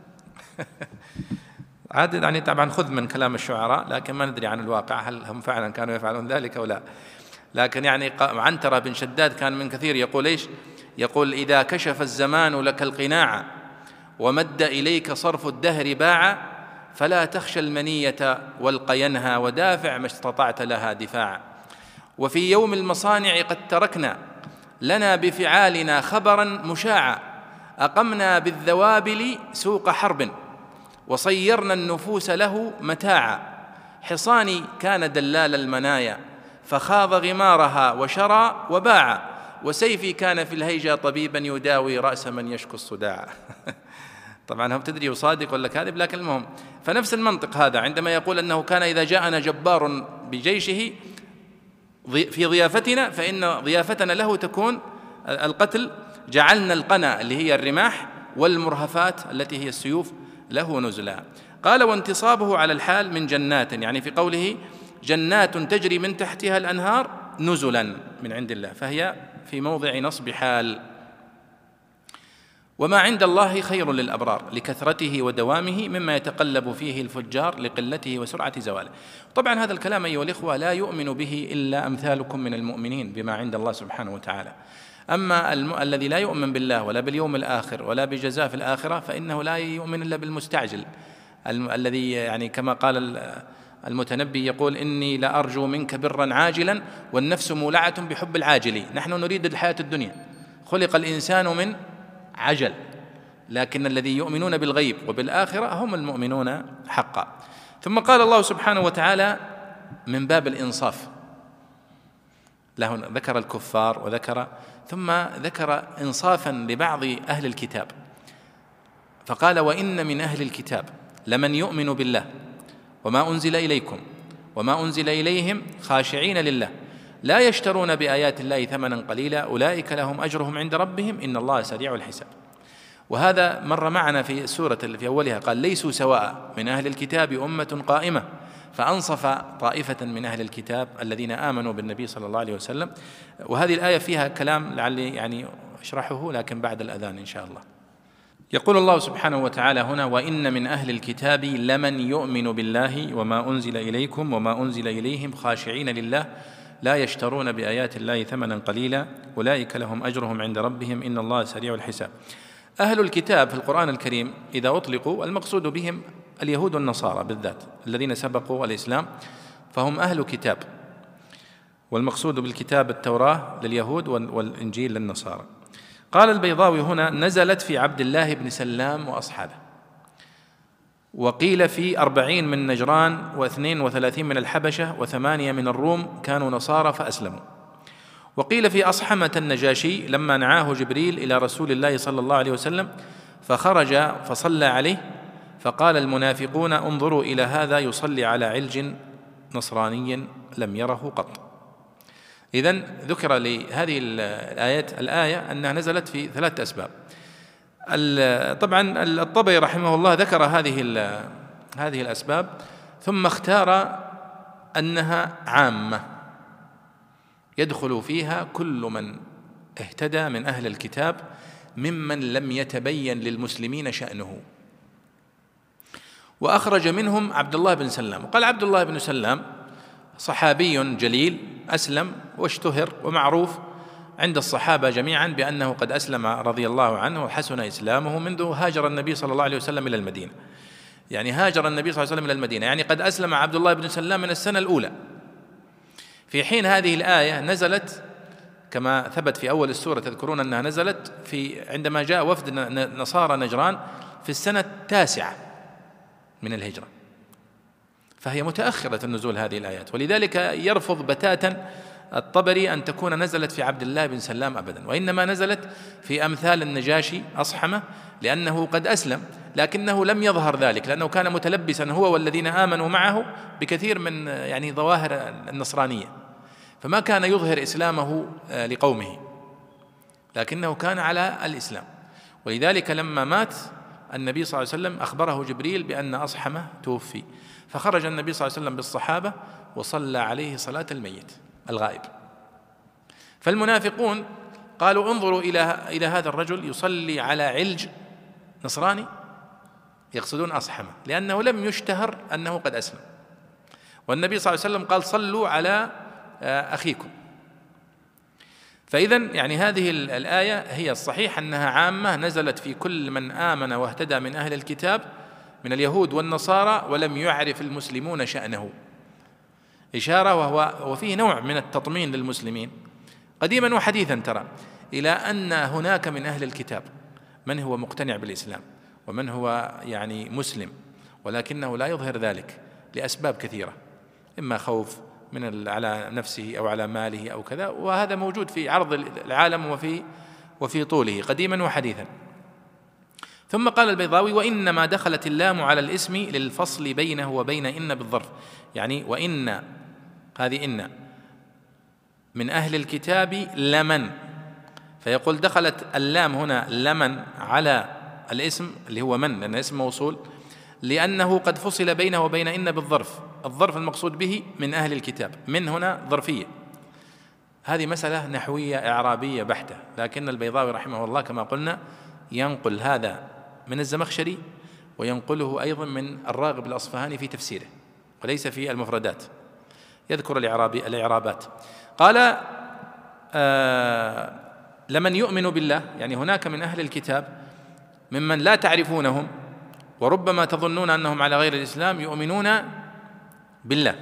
عاد يعني طبعا خذ من كلام الشعراء، لكن ما ندري عن الواقع هل هم فعلا كانوا يفعلون ذلك أو لا. لكن يعني عنترة بن شداد كان من كثير يقول إيش؟ يقول إذا كشف الزمان لك القناع ومد إليك صرف الدهر باع فلا تخشى المنية والق ينهى ودافع ما استطعت لها دفاعا. وفي يوم المصانع قد تركنا لنا بفعالنا خبرا مشاعا، أقمنا بالذوابل سوق حرب وصيرنا النفوس له متاعا. حصاني كان دلال المنايا فخاض غمارها وشرى وباع، وسيفي كان في الهيجا طبيبا يداوي رأس من يشكو الصداع. طبعا هم تدري صادق ولا كاذب، لكن المهم فنفس المنطق هذا عندما يقول أنه كان إذا جاءنا جبار بجيشه في ضيافتنا فإن ضيافتنا له تكون القتل، جعلنا القنا اللي هي الرماح والمرهفات التي هي السيوف له نزلا. قال وانتصابه على الحال من جنات، يعني في قوله جنات تجري من تحتها الأنهار نزلا من عند الله، فهي في موضع نصب حال. وما عند الله خير للأبرار لكثرته ودوامه مما يتقلب فيه الفجار لقلته وسرعة زواله. طبعا هذا الكلام أيها الإخوة لا يؤمن به إلا أمثالكم من المؤمنين بما عند الله سبحانه وتعالى. أما الذي لا يؤمن بالله ولا باليوم الآخر ولا بجزاء في الآخرة فإنه لا يؤمن إلا بالمستعجل الذي يعني كما قال المتنبي يقول إني لأرجو منك برا عاجلا والنفس مولعة بحب العاجل. نحن نريد الحياة الدنيا، خلق الإنسان من عجل، لكن الذي يؤمنون بالغيب وبالآخرة هم المؤمنون حقا. ثم قال الله سبحانه وتعالى من باب الإنصاف، ذكر الكفار وذكر ثم ذكر إنصافا لبعض أهل الكتاب، فقال وإن من أهل الكتاب لمن يؤمن بالله وما أنزل إليكم وما أنزل إليهم خاشعين لله لا يشترون بآيات الله ثمنا قليلا أولئك لهم أجرهم عند ربهم إن الله سريع الحساب. وهذا مر معنا في السورة في أولها، قال ليسوا سواء من أهل الكتاب أمة قائمة فأنصف طائفة من أهل الكتاب الذين آمنوا بالنبي صلى الله عليه وسلم. وهذه الآية فيها كلام لعلي يعني أشرحه لكن بعد الأذان إن شاء الله. يقول الله سبحانه وتعالى هنا وإن من أهل الكتاب لمن يؤمن بالله وما أنزل إليكم وما أنزل إليهم خاشعين لله لا يشترون بآيات الله ثمنا قليلا أولئك لهم أجرهم عند ربهم إن الله سريع الحساب. أهل الكتاب في القرآن الكريم إذا أطلقوا المقصود بهم اليهود والنصارى بالذات الذين سبقوا الإسلام فهم أهل كتاب، والمقصود بالكتاب التوراة لليهود والإنجيل للنصارى. قال البيضاوي هنا نزلت في عبد الله بن سلام وأصحابه، وقيل في 40 من نجران و32 من الحبشة و8 من الروم كانوا نصارى فأسلموا. وقيل في أصحمة النجاشي لما نعاه جبريل إلى رسول الله صلى الله عليه وسلم فخرج فصلى عليه فقال المنافقون انظروا إلى هذا يصلي على علج نصراني لم يره قط. إذن ذكر لهذه الآية أنها نزلت في 3 أسباب. طبعا الطبري رحمه الله ذكر هذه الأسباب ثم اختار أنها عامة يدخل فيها كل من اهتدى من أهل الكتاب ممن لم يتبين للمسلمين شأنه. وأخرج منهم عبد الله بن سلام، وقال عبد الله بن سلام صحابي جليل أسلم واشتهر ومعروف عند الصحابة جميعا بأنه قد أسلم رضي الله عنه وحسن إسلامه منذ هاجر النبي صلى الله عليه وسلم إلى المدينة. يعني هاجر النبي صلى الله عليه وسلم إلى المدينة، يعني قد أسلم عبد الله بن سلام من السنة الأولى، في حين هذه الآية نزلت كما ثبت في أول السورة، تذكرون أنها نزلت عندما جاء وفد نصارى نجران في السنة 9 من الهجرة، فهي متأخرة النزول هذه الآيات. ولذلك يرفض بتاتا الطبري أن تكون نزلت في عبد الله بن سلام أبدا، وإنما نزلت في أمثال النجاشي أصحمة لأنه قد أسلم، لكنه لم يظهر ذلك لأنه كان متلبسا هو والذين آمنوا معه بكثير من يعني ظواهر النصرانية، فما كان يظهر إسلامه لقومه لكنه كان على الإسلام. ولذلك لما مات النبي صلى الله عليه وسلم أخبره جبريل بأن أصحمة توفي، فخرج النبي صلى الله عليه وسلم بالصحابة وصلى عليه صلاة الميت الغائب. فالمنافقون قالوا انظروا إلى هذا الرجل يصلي على علج نصراني، يقصدون أصحمة لأنه لم يشتهر أنه قد أسلم، والنبي صلى الله عليه وسلم قال صلوا على أخيكم. فإذن يعني هذه الآية هي الصحيح أنها عامة نزلت في كل من آمن واهتدى من أهل الكتاب من اليهود والنصارى ولم يعرف المسلمون شأنه، إشارة وفيه نوع من التطمين للمسلمين قديما وحديثا ترى إلى أن هناك من أهل الكتاب من هو مقتنع بالإسلام ومن هو يعني مسلم ولكنه لا يظهر ذلك لأسباب كثيرة، إما خوف على نفسه أو على ماله أو كذا، وهذا موجود في عرض العالم وفي طوله قديما وحديثا. ثم قال البيضاوي وإنما دخلت اللام على الاسم للفصل بينه وبين إن بالظرف، يعني وإن هذه إن من أهل الكتاب لمن، فيقول دخلت اللام هنا لمن على الاسم اللي هو من، لأن اسم موصول، لأنه قد فصل بينه وبين إن بالظرف. الظرف المقصود به من أهل الكتاب، من هنا ظرفية. هذه مسألة نحوية إعرابية بحتة، لكن البيضاوي رحمه الله كما قلنا ينقل هذا من الزمخشري وينقله أيضا من الراغب الأصفهاني في تفسيره وليس في المفردات، يذكر الإعرابات. قال لمن يؤمن بالله، يعني هناك من أهل الكتاب ممن لا تعرفونهم وربما تظنون أنهم على غير الإسلام يؤمنون بالله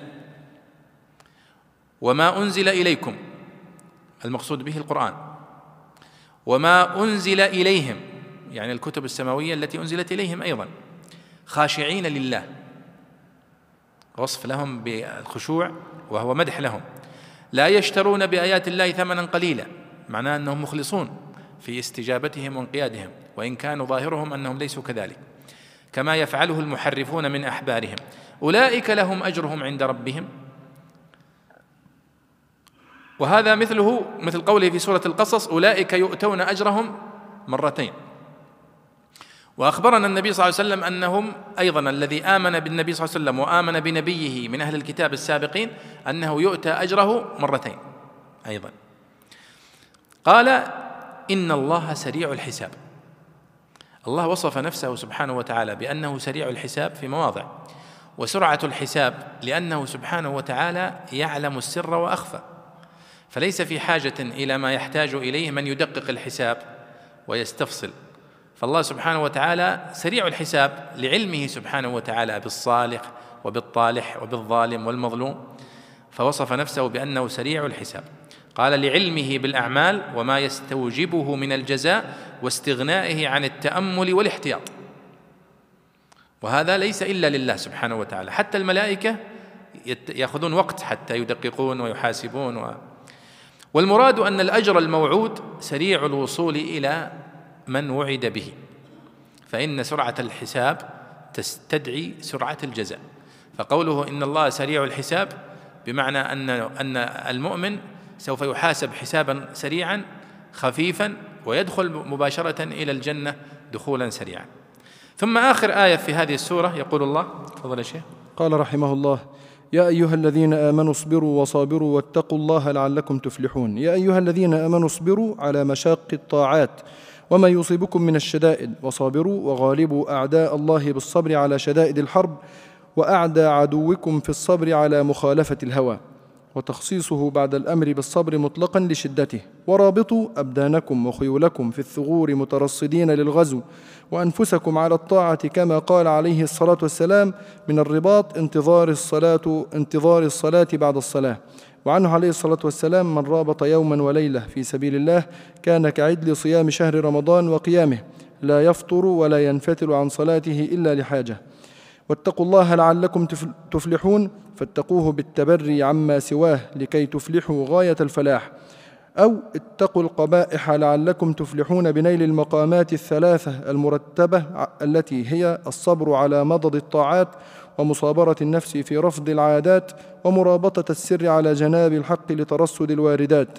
وما أنزل إليكم، المقصود به القرآن، وما أنزل إليهم يعني الكتب السماوية التي أنزلت إليهم أيضا، خاشعين لله. وصف لهم بالخشوع وهو مدح لهم. لا يشترون بآيات الله ثمنا قليلا، معناه أنهم مخلصون في استجابتهم وانقيادهم، وإن كانوا ظاهرهم أنهم ليسوا كذلك، كما يفعله المحرفون من أحبارهم. أولئك لهم أجرهم عند ربهم. وهذا مثل قوله في سورة القصص: أولئك يؤتون أجرهم مرتين. وأخبرنا النبي صلى الله عليه وسلم أنهم أيضا الذي آمن بالنبي صلى الله عليه وسلم وآمن بنبيه من أهل الكتاب السابقين أنه يؤتى أجره مرتين أيضا. قال: إن الله سريع الحساب. الله وصف نفسه سبحانه وتعالى بأنه سريع الحساب في مواضع، وسرعة الحساب لأنه سبحانه وتعالى يعلم السر وأخفى، فليس في حاجة إلى ما يحتاج إليه من يدقق الحساب ويستفصل. فالله سبحانه وتعالى سريع الحساب لعلمه سبحانه وتعالى بالصالح وبالطالح وبالظالم والمظلوم، فوصف نفسه بأنه سريع الحساب. قال: لعلمه بالأعمال وما يستوجبه من الجزاء واستغنائه عن التأمل والاحتياط. وهذا ليس إلا لله سبحانه وتعالى، حتى الملائكة يأخذون وقت حتى يدققون ويحاسبون. والمراد أن الأجر الموعود سريع الوصول إلى من وعد به، فإن سرعة الحساب تستدعي سرعة الجزاء. فقوله إن الله سريع الحساب بمعنى أن المؤمن سوف يحاسب حسابا سريعا خفيفا ويدخل مباشرة إلى الجنة دخولا سريعا. ثم آخر آية في هذه السورة يقول الله: تفضل يا شيخ. قال رحمه الله: يا أيها الذين آمنوا اصبروا وصابروا واتقوا الله لعلكم تفلحون. يا أيها الذين آمنوا اصبروا على مشاق الطاعات وما يصيبكم من الشدائد، وصابروا وغالبوا أعداء الله بالصبر على شدائد الحرب، وأعدى عدوكم في الصبر على مخالفة الهوى، وتخصيصه بعد الأمر بالصبر مطلقا لشدته. ورابطوا أبدانكم وخيولكم في الثغور مترصدين للغزو، وأنفسكم على الطاعة كما قال عليه الصلاة والسلام: من الرباط انتظار الصلاة بعد الصلاة. وعنه عليه الصلاة والسلام: من رابط يوما وليلة في سبيل الله كان كعدل صيام شهر رمضان وقيامه، لا يفطر ولا ينفتل عن صلاته إلا لحاجة. واتقوا الله لعلكم تفلحون، فاتقوه بالتبري عما سواه لكي تفلحوا غاية الفلاح. أو اتقوا القبائح لعلكم تفلحون بنيل المقامات الثلاثة المرتبة، التي هي الصبر على مضض الطاعات، ومصابرة النفس في رفض العادات، ومرابطة السر على جناب الحق لترصد الواردات،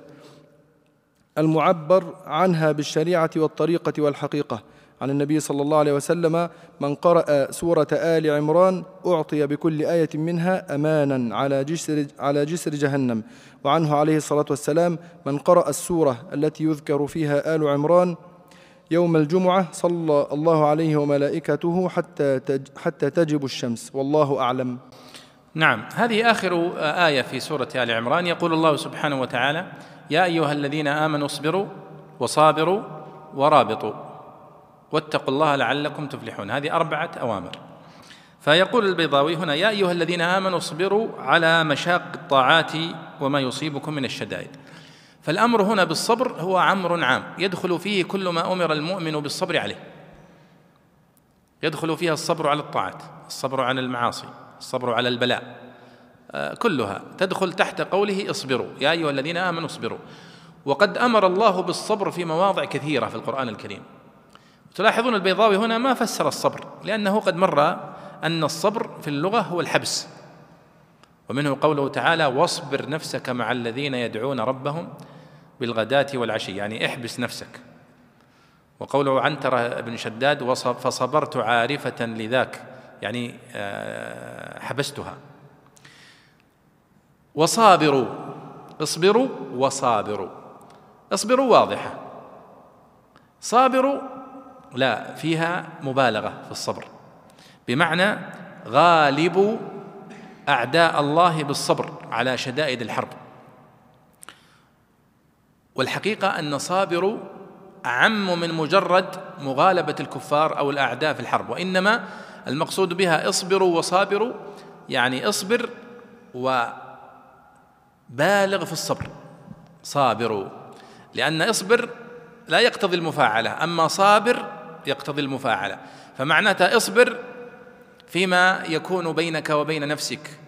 المعبر عنها بالشريعة والطريقة والحقيقة. عن النبي صلى الله عليه وسلم: من قرأ سورة آل عمران أعطي بكل آية منها أمانا على جسر جهنم. وعنه عليه الصلاة والسلام: من قرأ السورة التي يذكر فيها آل عمران يوم الجمعة صلى الله عليه وملائكته حتى تجب الشمس، والله أعلم. نعم، هذه آخر آية في سورة آل عمران. يقول الله سبحانه وتعالى: يا أيها الذين آمنوا اصبروا وصابروا ورابطوا واتقوا الله لعلكم تفلحون. هذه 4 أوامر. فيقول البيضاوي هنا: يا أيها الذين آمنوا اصبروا على مشاق الطاعات وما يصيبكم من الشدائد. فالأمر هنا بالصبر هو أمر عام يدخل فيه كل ما أمر المؤمن بالصبر عليه. يدخل فيها الصبر على الطاعات، الصبر على المعاصي، الصبر على البلاء، كلها تدخل تحت قوله اصبروا يا أيها الذين آمنوا اصبروا. وقد أمر الله بالصبر في مواضع كثيرة في القرآن الكريم. تلاحظون البيضاوي هنا ما فسر الصبر، لأنه قد مر أن الصبر في اللغة هو الحبس، ومنه قوله تعالى: واصبر نفسك مع الذين يدعون ربهم بالغداة والعشي، يعني احبس نفسك. وقوله عنترة بن شداد: فصبرت عارفة لذاك، يعني حبستها. وصابروا، اصبروا وصابروا. اصبروا واضحة، صابروا لا، فيها مبالغة في الصبر، بمعنى غالبوا أعداء الله بالصبر على شدائد الحرب. والحقيقة أن صابروا أعم من مجرد مغالبة الكفار أو الأعداء في الحرب، وإنما المقصود بها اصبروا وصابروا، يعني اصبر وبالغ في الصبر. صابروا، لأن اصبر لا يقتضي المفاعلة، أما صابر يقتضي المفاعلة. فمعناتها اصبر فيما يكون بينك وبين نفسك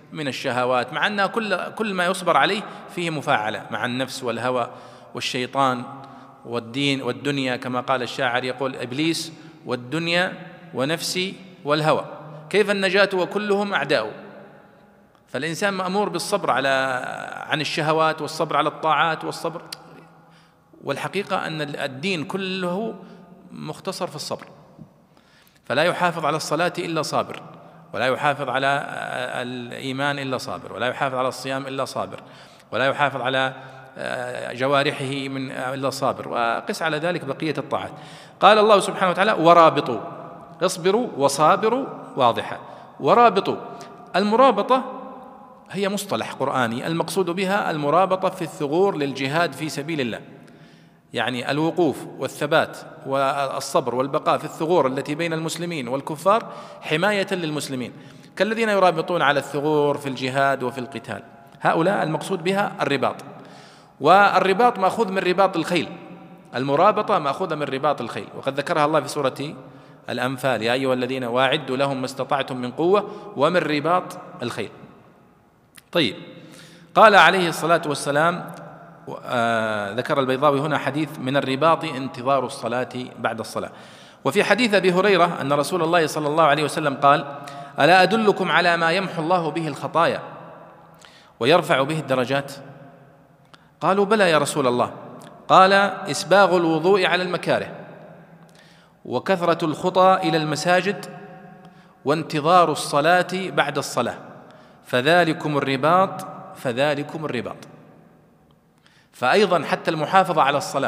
من الشهوات، مع أن كل ما يصبر عليه فيه مفاعلة مع النفس والهوى والشيطان والدين والدنيا، كما قال الشاعر يقول: إبليس والدنيا ونفسي والهوى، كيف النجاة وكلهم أعداء. فالإنسان مأمور بالصبر عن الشهوات، والصبر على الطاعات، والصبر. والحقيقة أن الدين كله مختصر في الصبر، فلا يحافظ على الصلاة إلا صابر، ولا يحافظ على الإيمان إلا صابر، ولا يحافظ على الصيام إلا صابر، ولا يحافظ على جوارحه إلا صابر، وقس على ذلك بقية الطاعات. قال الله سبحانه وتعالى: ورابطوا، اصبروا وصابروا، واضحة. ورابطوا، المرابطة هي مصطلح قرآني المقصود بها المرابطة في الثغور للجهاد في سبيل الله، يعني الوقوف والثبات والصبر والبقاء في الثغور التي بين المسلمين والكفار حماية للمسلمين، كالذين يرابطون على الثغور في الجهاد وفي القتال. هؤلاء المقصود بها الرباط، والرباط مأخوذ من رباط الخيل، المرابطة مأخوذة من رباط الخيل، وقد ذكرها الله في سورة الأنفال: يا أيها الذين واعدوا لهم ما استطعتم من قوة ومن رباط الخيل. طيب، قال عليه الصلاة والسلام، ذكر البيضاوي هنا حديث: من الرباط انتظار الصلاة بعد الصلاة. وفي حديث أبي هريرة أن رسول الله صلى الله عليه وسلم قال: ألا أدلكم على ما يمحو الله به الخطايا ويرفع به الدرجات؟ قالوا: بلى يا رسول الله. قال: إسباغ الوضوء على المكاره، وكثرة الخطى إلى المساجد، وانتظار الصلاة بعد الصلاة، فذلكم الرباط فذلكم الرباط. فأيضا حتى المحافظة على الصلاة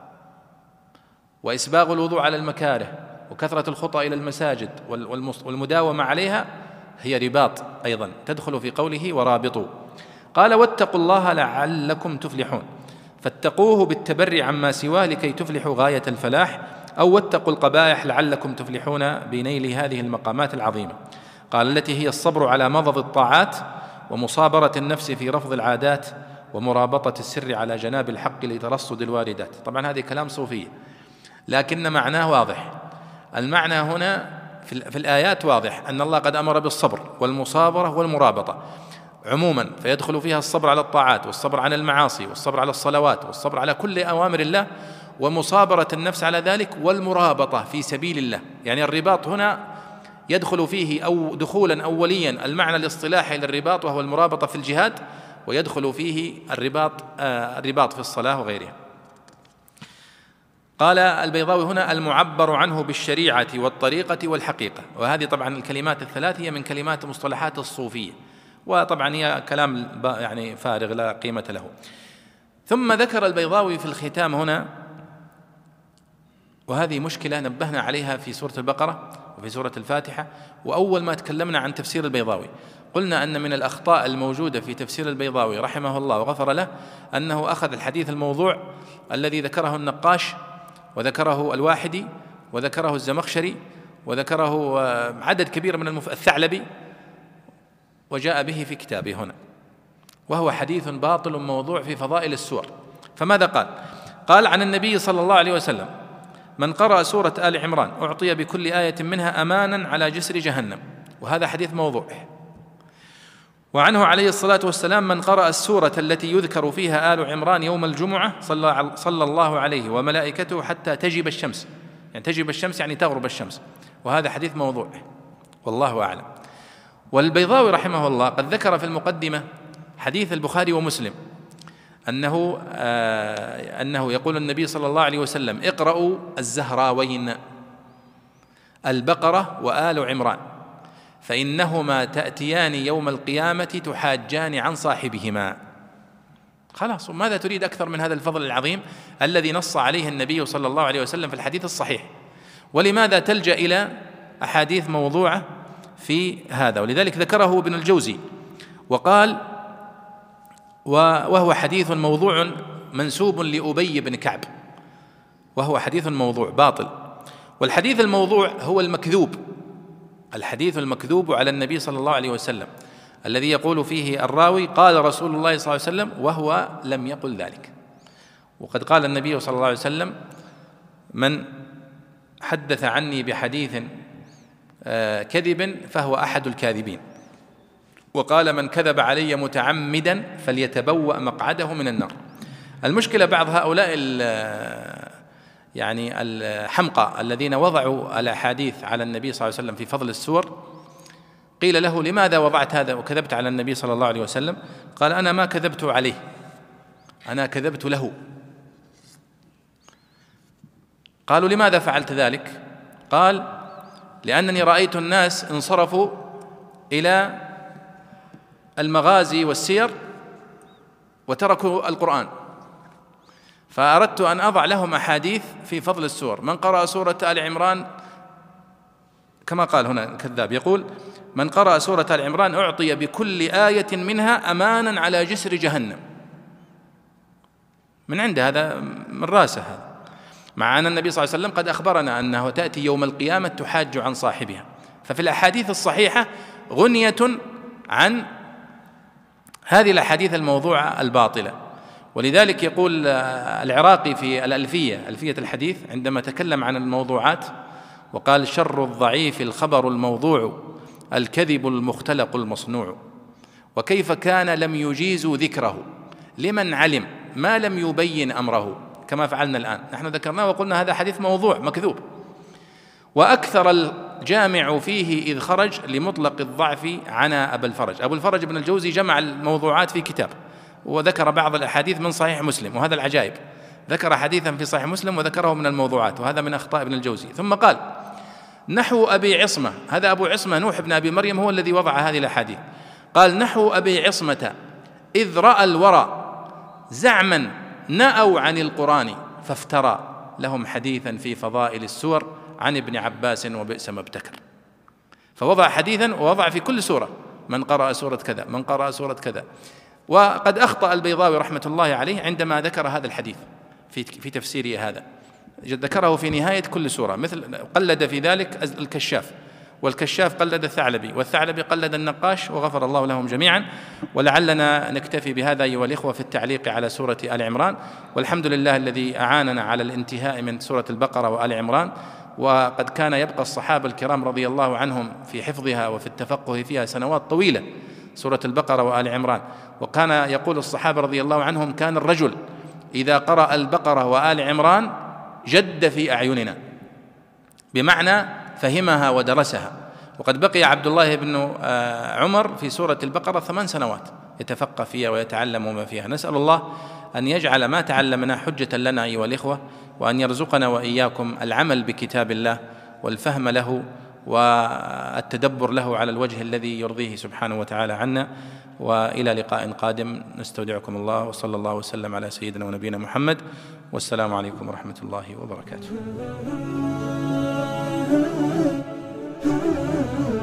وإسباغ الوضوء على المكاره وكثرة الخطى إلى المساجد والمداومة عليها هي رباط أيضا، تدخل في قوله ورابطوا. قال: واتقوا الله لعلكم تفلحون، فاتقوه بالتبري عما سواه لكي تفلحوا غاية الفلاح، أو واتقوا القبائح لعلكم تفلحون بنيل هذه المقامات العظيمة. قال: التي هي الصبر على مضض الطاعات، ومصابرة النفس في رفض العادات، ومرابطة السر على جناب الحق لترصد الواردات. طبعا هذه كلام صوفية، لكن معناه واضح. المعنى هنا في الآيات واضح أن الله قد أمر بالصبر والمصابرة والمرابطة عموما، فيدخل فيها الصبر على الطاعات، والصبر عن المعاصي، والصبر على الصلوات، والصبر على كل أوامر الله، ومصابرة النفس على ذلك، والمرابطة في سبيل الله. يعني الرباط هنا يدخل فيه أو دخولا أوليا المعنى الاصطلاحي للرباط وهو المرابطة في الجهاد، ويدخل فيه الرباط في الصلاة وغيرها. قال البيضاوي هنا: المعبر عنه بالشريعة والطريقة والحقيقة. وهذه طبعا الكلمات الثلاث هي من كلمات مصطلحات الصوفية، وطبعا هي كلام يعني فارغ لا قيمة له. ثم ذكر البيضاوي في الختام هنا، وهذه مشكلة نبهنا عليها في سورة البقرة وفي سورة الفاتحة، وأول ما تكلمنا عن تفسير البيضاوي قلنا أن من الأخطاء الموجودة في تفسير البيضاوي رحمه الله وغفر له أنه أخذ الحديث الموضوع الذي ذكره النقاش، وذكره الواحدي، وذكره الزمخشري، وذكره عدد كبير من الثعلبي، وجاء به في كتابه هنا، وهو حديث باطل موضوع في فضائل السور. فماذا قال؟ قال عن النبي صلى الله عليه وسلم: من قرأ سورة آل عمران أعطي بكل آية منها أمانا على جسر جهنم، وهذا حديث موضوع. وعنه عليه الصلاة والسلام: من قرأ السورة التي يذكر فيها آل عمران يوم الجمعة صلى الله عليه وملائكته حتى تجب الشمس، يعني تجب الشمس يعني تغرب الشمس، وهذا حديث موضوع والله أعلم. والبيضاوي رحمه الله قد ذكر في المقدمة حديث البخاري ومسلم أنه يقول النبي صلى الله عليه وسلم: اقرأوا الزهراوين البقرة وآل عمران، فإنهما تأتيان يوم القيامة تحاجان عن صاحبهما. خلاص، وماذا تريد أكثر من هذا الفضل العظيم الذي نص عليه النبي صلى الله عليه وسلم في الحديث الصحيح؟ ولماذا تلجأ إلى أحاديث موضوعة في هذا؟ ولذلك ذكره ابن الجوزي وقال: وهو حديث موضوع منسوب لأبي بن كعب، وهو حديث موضوع باطل. والحديث الموضوع هو المكذوب، الحديث المكذوب على النبي صلى الله عليه وسلم، الذي يقول فيه الراوي: قال رسول الله صلى الله عليه وسلم، وهو لم يقل ذلك. وقد قال النبي صلى الله عليه وسلم: من حدث عني بحديث كذب فهو أحد الكاذبين. وقال من كذب علي متعمدا فليتبوأ مقعده من النار. المشكلة بعض هؤلاء يعني الحمقى الذين وضعوا الأحاديث على النبي صلى الله عليه وسلم في فضل السور، قيل له لماذا وضعت هذا وكذبت على النبي صلى الله عليه وسلم؟ قال أنا ما كذبت عليه، أنا كذبت له. قالوا لماذا فعلت ذلك؟ قال لأنني رأيت الناس انصرفوا إلى المغازي والسير وتركوا القرآن، فأردت أن أضع لهم أحاديث في فضل السور. من قرأ سورة آل عمران، كما قال هنا الكذاب يقول من قرأ سورة آل عمران أعطي بكل آية منها أمانا على جسر جهنم. من عند هذا من راسه هذا، مع أن النبي صلى الله عليه وسلم قد أخبرنا أنه تأتي يوم القيامة تحاج عن صاحبها. ففي الأحاديث الصحيحة غنية عن هذه الأحاديث الموضوعة الباطلة. ولذلك يقول العراقي في ألفية الحديث عندما تكلم عن الموضوعات وقال شر الضعيف الخبر الموضوع الكذب المختلق المصنوع، وكيف كان لم يجيزوا ذكره لمن علم ما لم يبين أمره كما فعلنا الآن. نحن ذكرناه وقلنا هذا حديث موضوع مكذوب. وأكثر الجامع فيه إذ خرج لمطلق الضعف عنا أبا الفرج. أبو الفرج ابن الجوزي جمع الموضوعات في كتاب وذكر بعض الأحاديث من صحيح مسلم، وهذا العجائب، ذكر حديثا في صحيح مسلم وذكره من الموضوعات، وهذا من أخطاء ابن الجوزي. ثم قال نحو أبي عصمة، هذا أبو عصمة نوح بن أبي مريم هو الذي وضع هذه الأحاديث، قال نحو أبي عصمة إذ رأى الورى زعما نأوا عن القرآن فافترى لهم حديثا في فضائل السور عن ابن عباس وبئس ما ابتكر. فوضع حديثا ووضع في كل سورة من قرأ سورة كذا، من قرأ سورة كذا. وقد أخطأ البيضاوي رحمة الله عليه عندما ذكر هذا الحديث في تفسيره هذا، ذكره في نهاية كل سورة، مثل قلد في ذلك الكشاف، والكشاف قلد الثعلبي، والثعلبي قلد النقاش، وغفر الله لهم جميعا. ولعلنا نكتفي بهذا أيها الإخوة في التعليق على سورة آل عمران، والحمد لله الذي أعاننا على الانتهاء من سورة البقرة وآل عمران. وقد كان يبقى الصحابة الكرام رضي الله عنهم في حفظها وفي التفقه فيها سنوات طويلة، سورة البقرة وآل عمران. وكان يقول الصحابة رضي الله عنهم كان الرجل إذا قرأ البقرة وآل عمران جد في أعيننا، بمعنى فهمها ودرسها. وقد بقي عبد الله بن عمر في سورة البقرة 8 سنوات يتفقه فيها ويتعلم ما فيها. نسأل الله أن يجعل ما تعلمنا حجة لنا أيها الإخوة، وأن يرزقنا وإياكم العمل بكتاب الله والفهم له والتدبر له على الوجه الذي يرضيه سبحانه وتعالى عنا. وإلى لقاء قادم نستودعكم الله، وصلى الله وسلم على سيدنا ونبينا محمد، والسلام عليكم ورحمة الله وبركاته.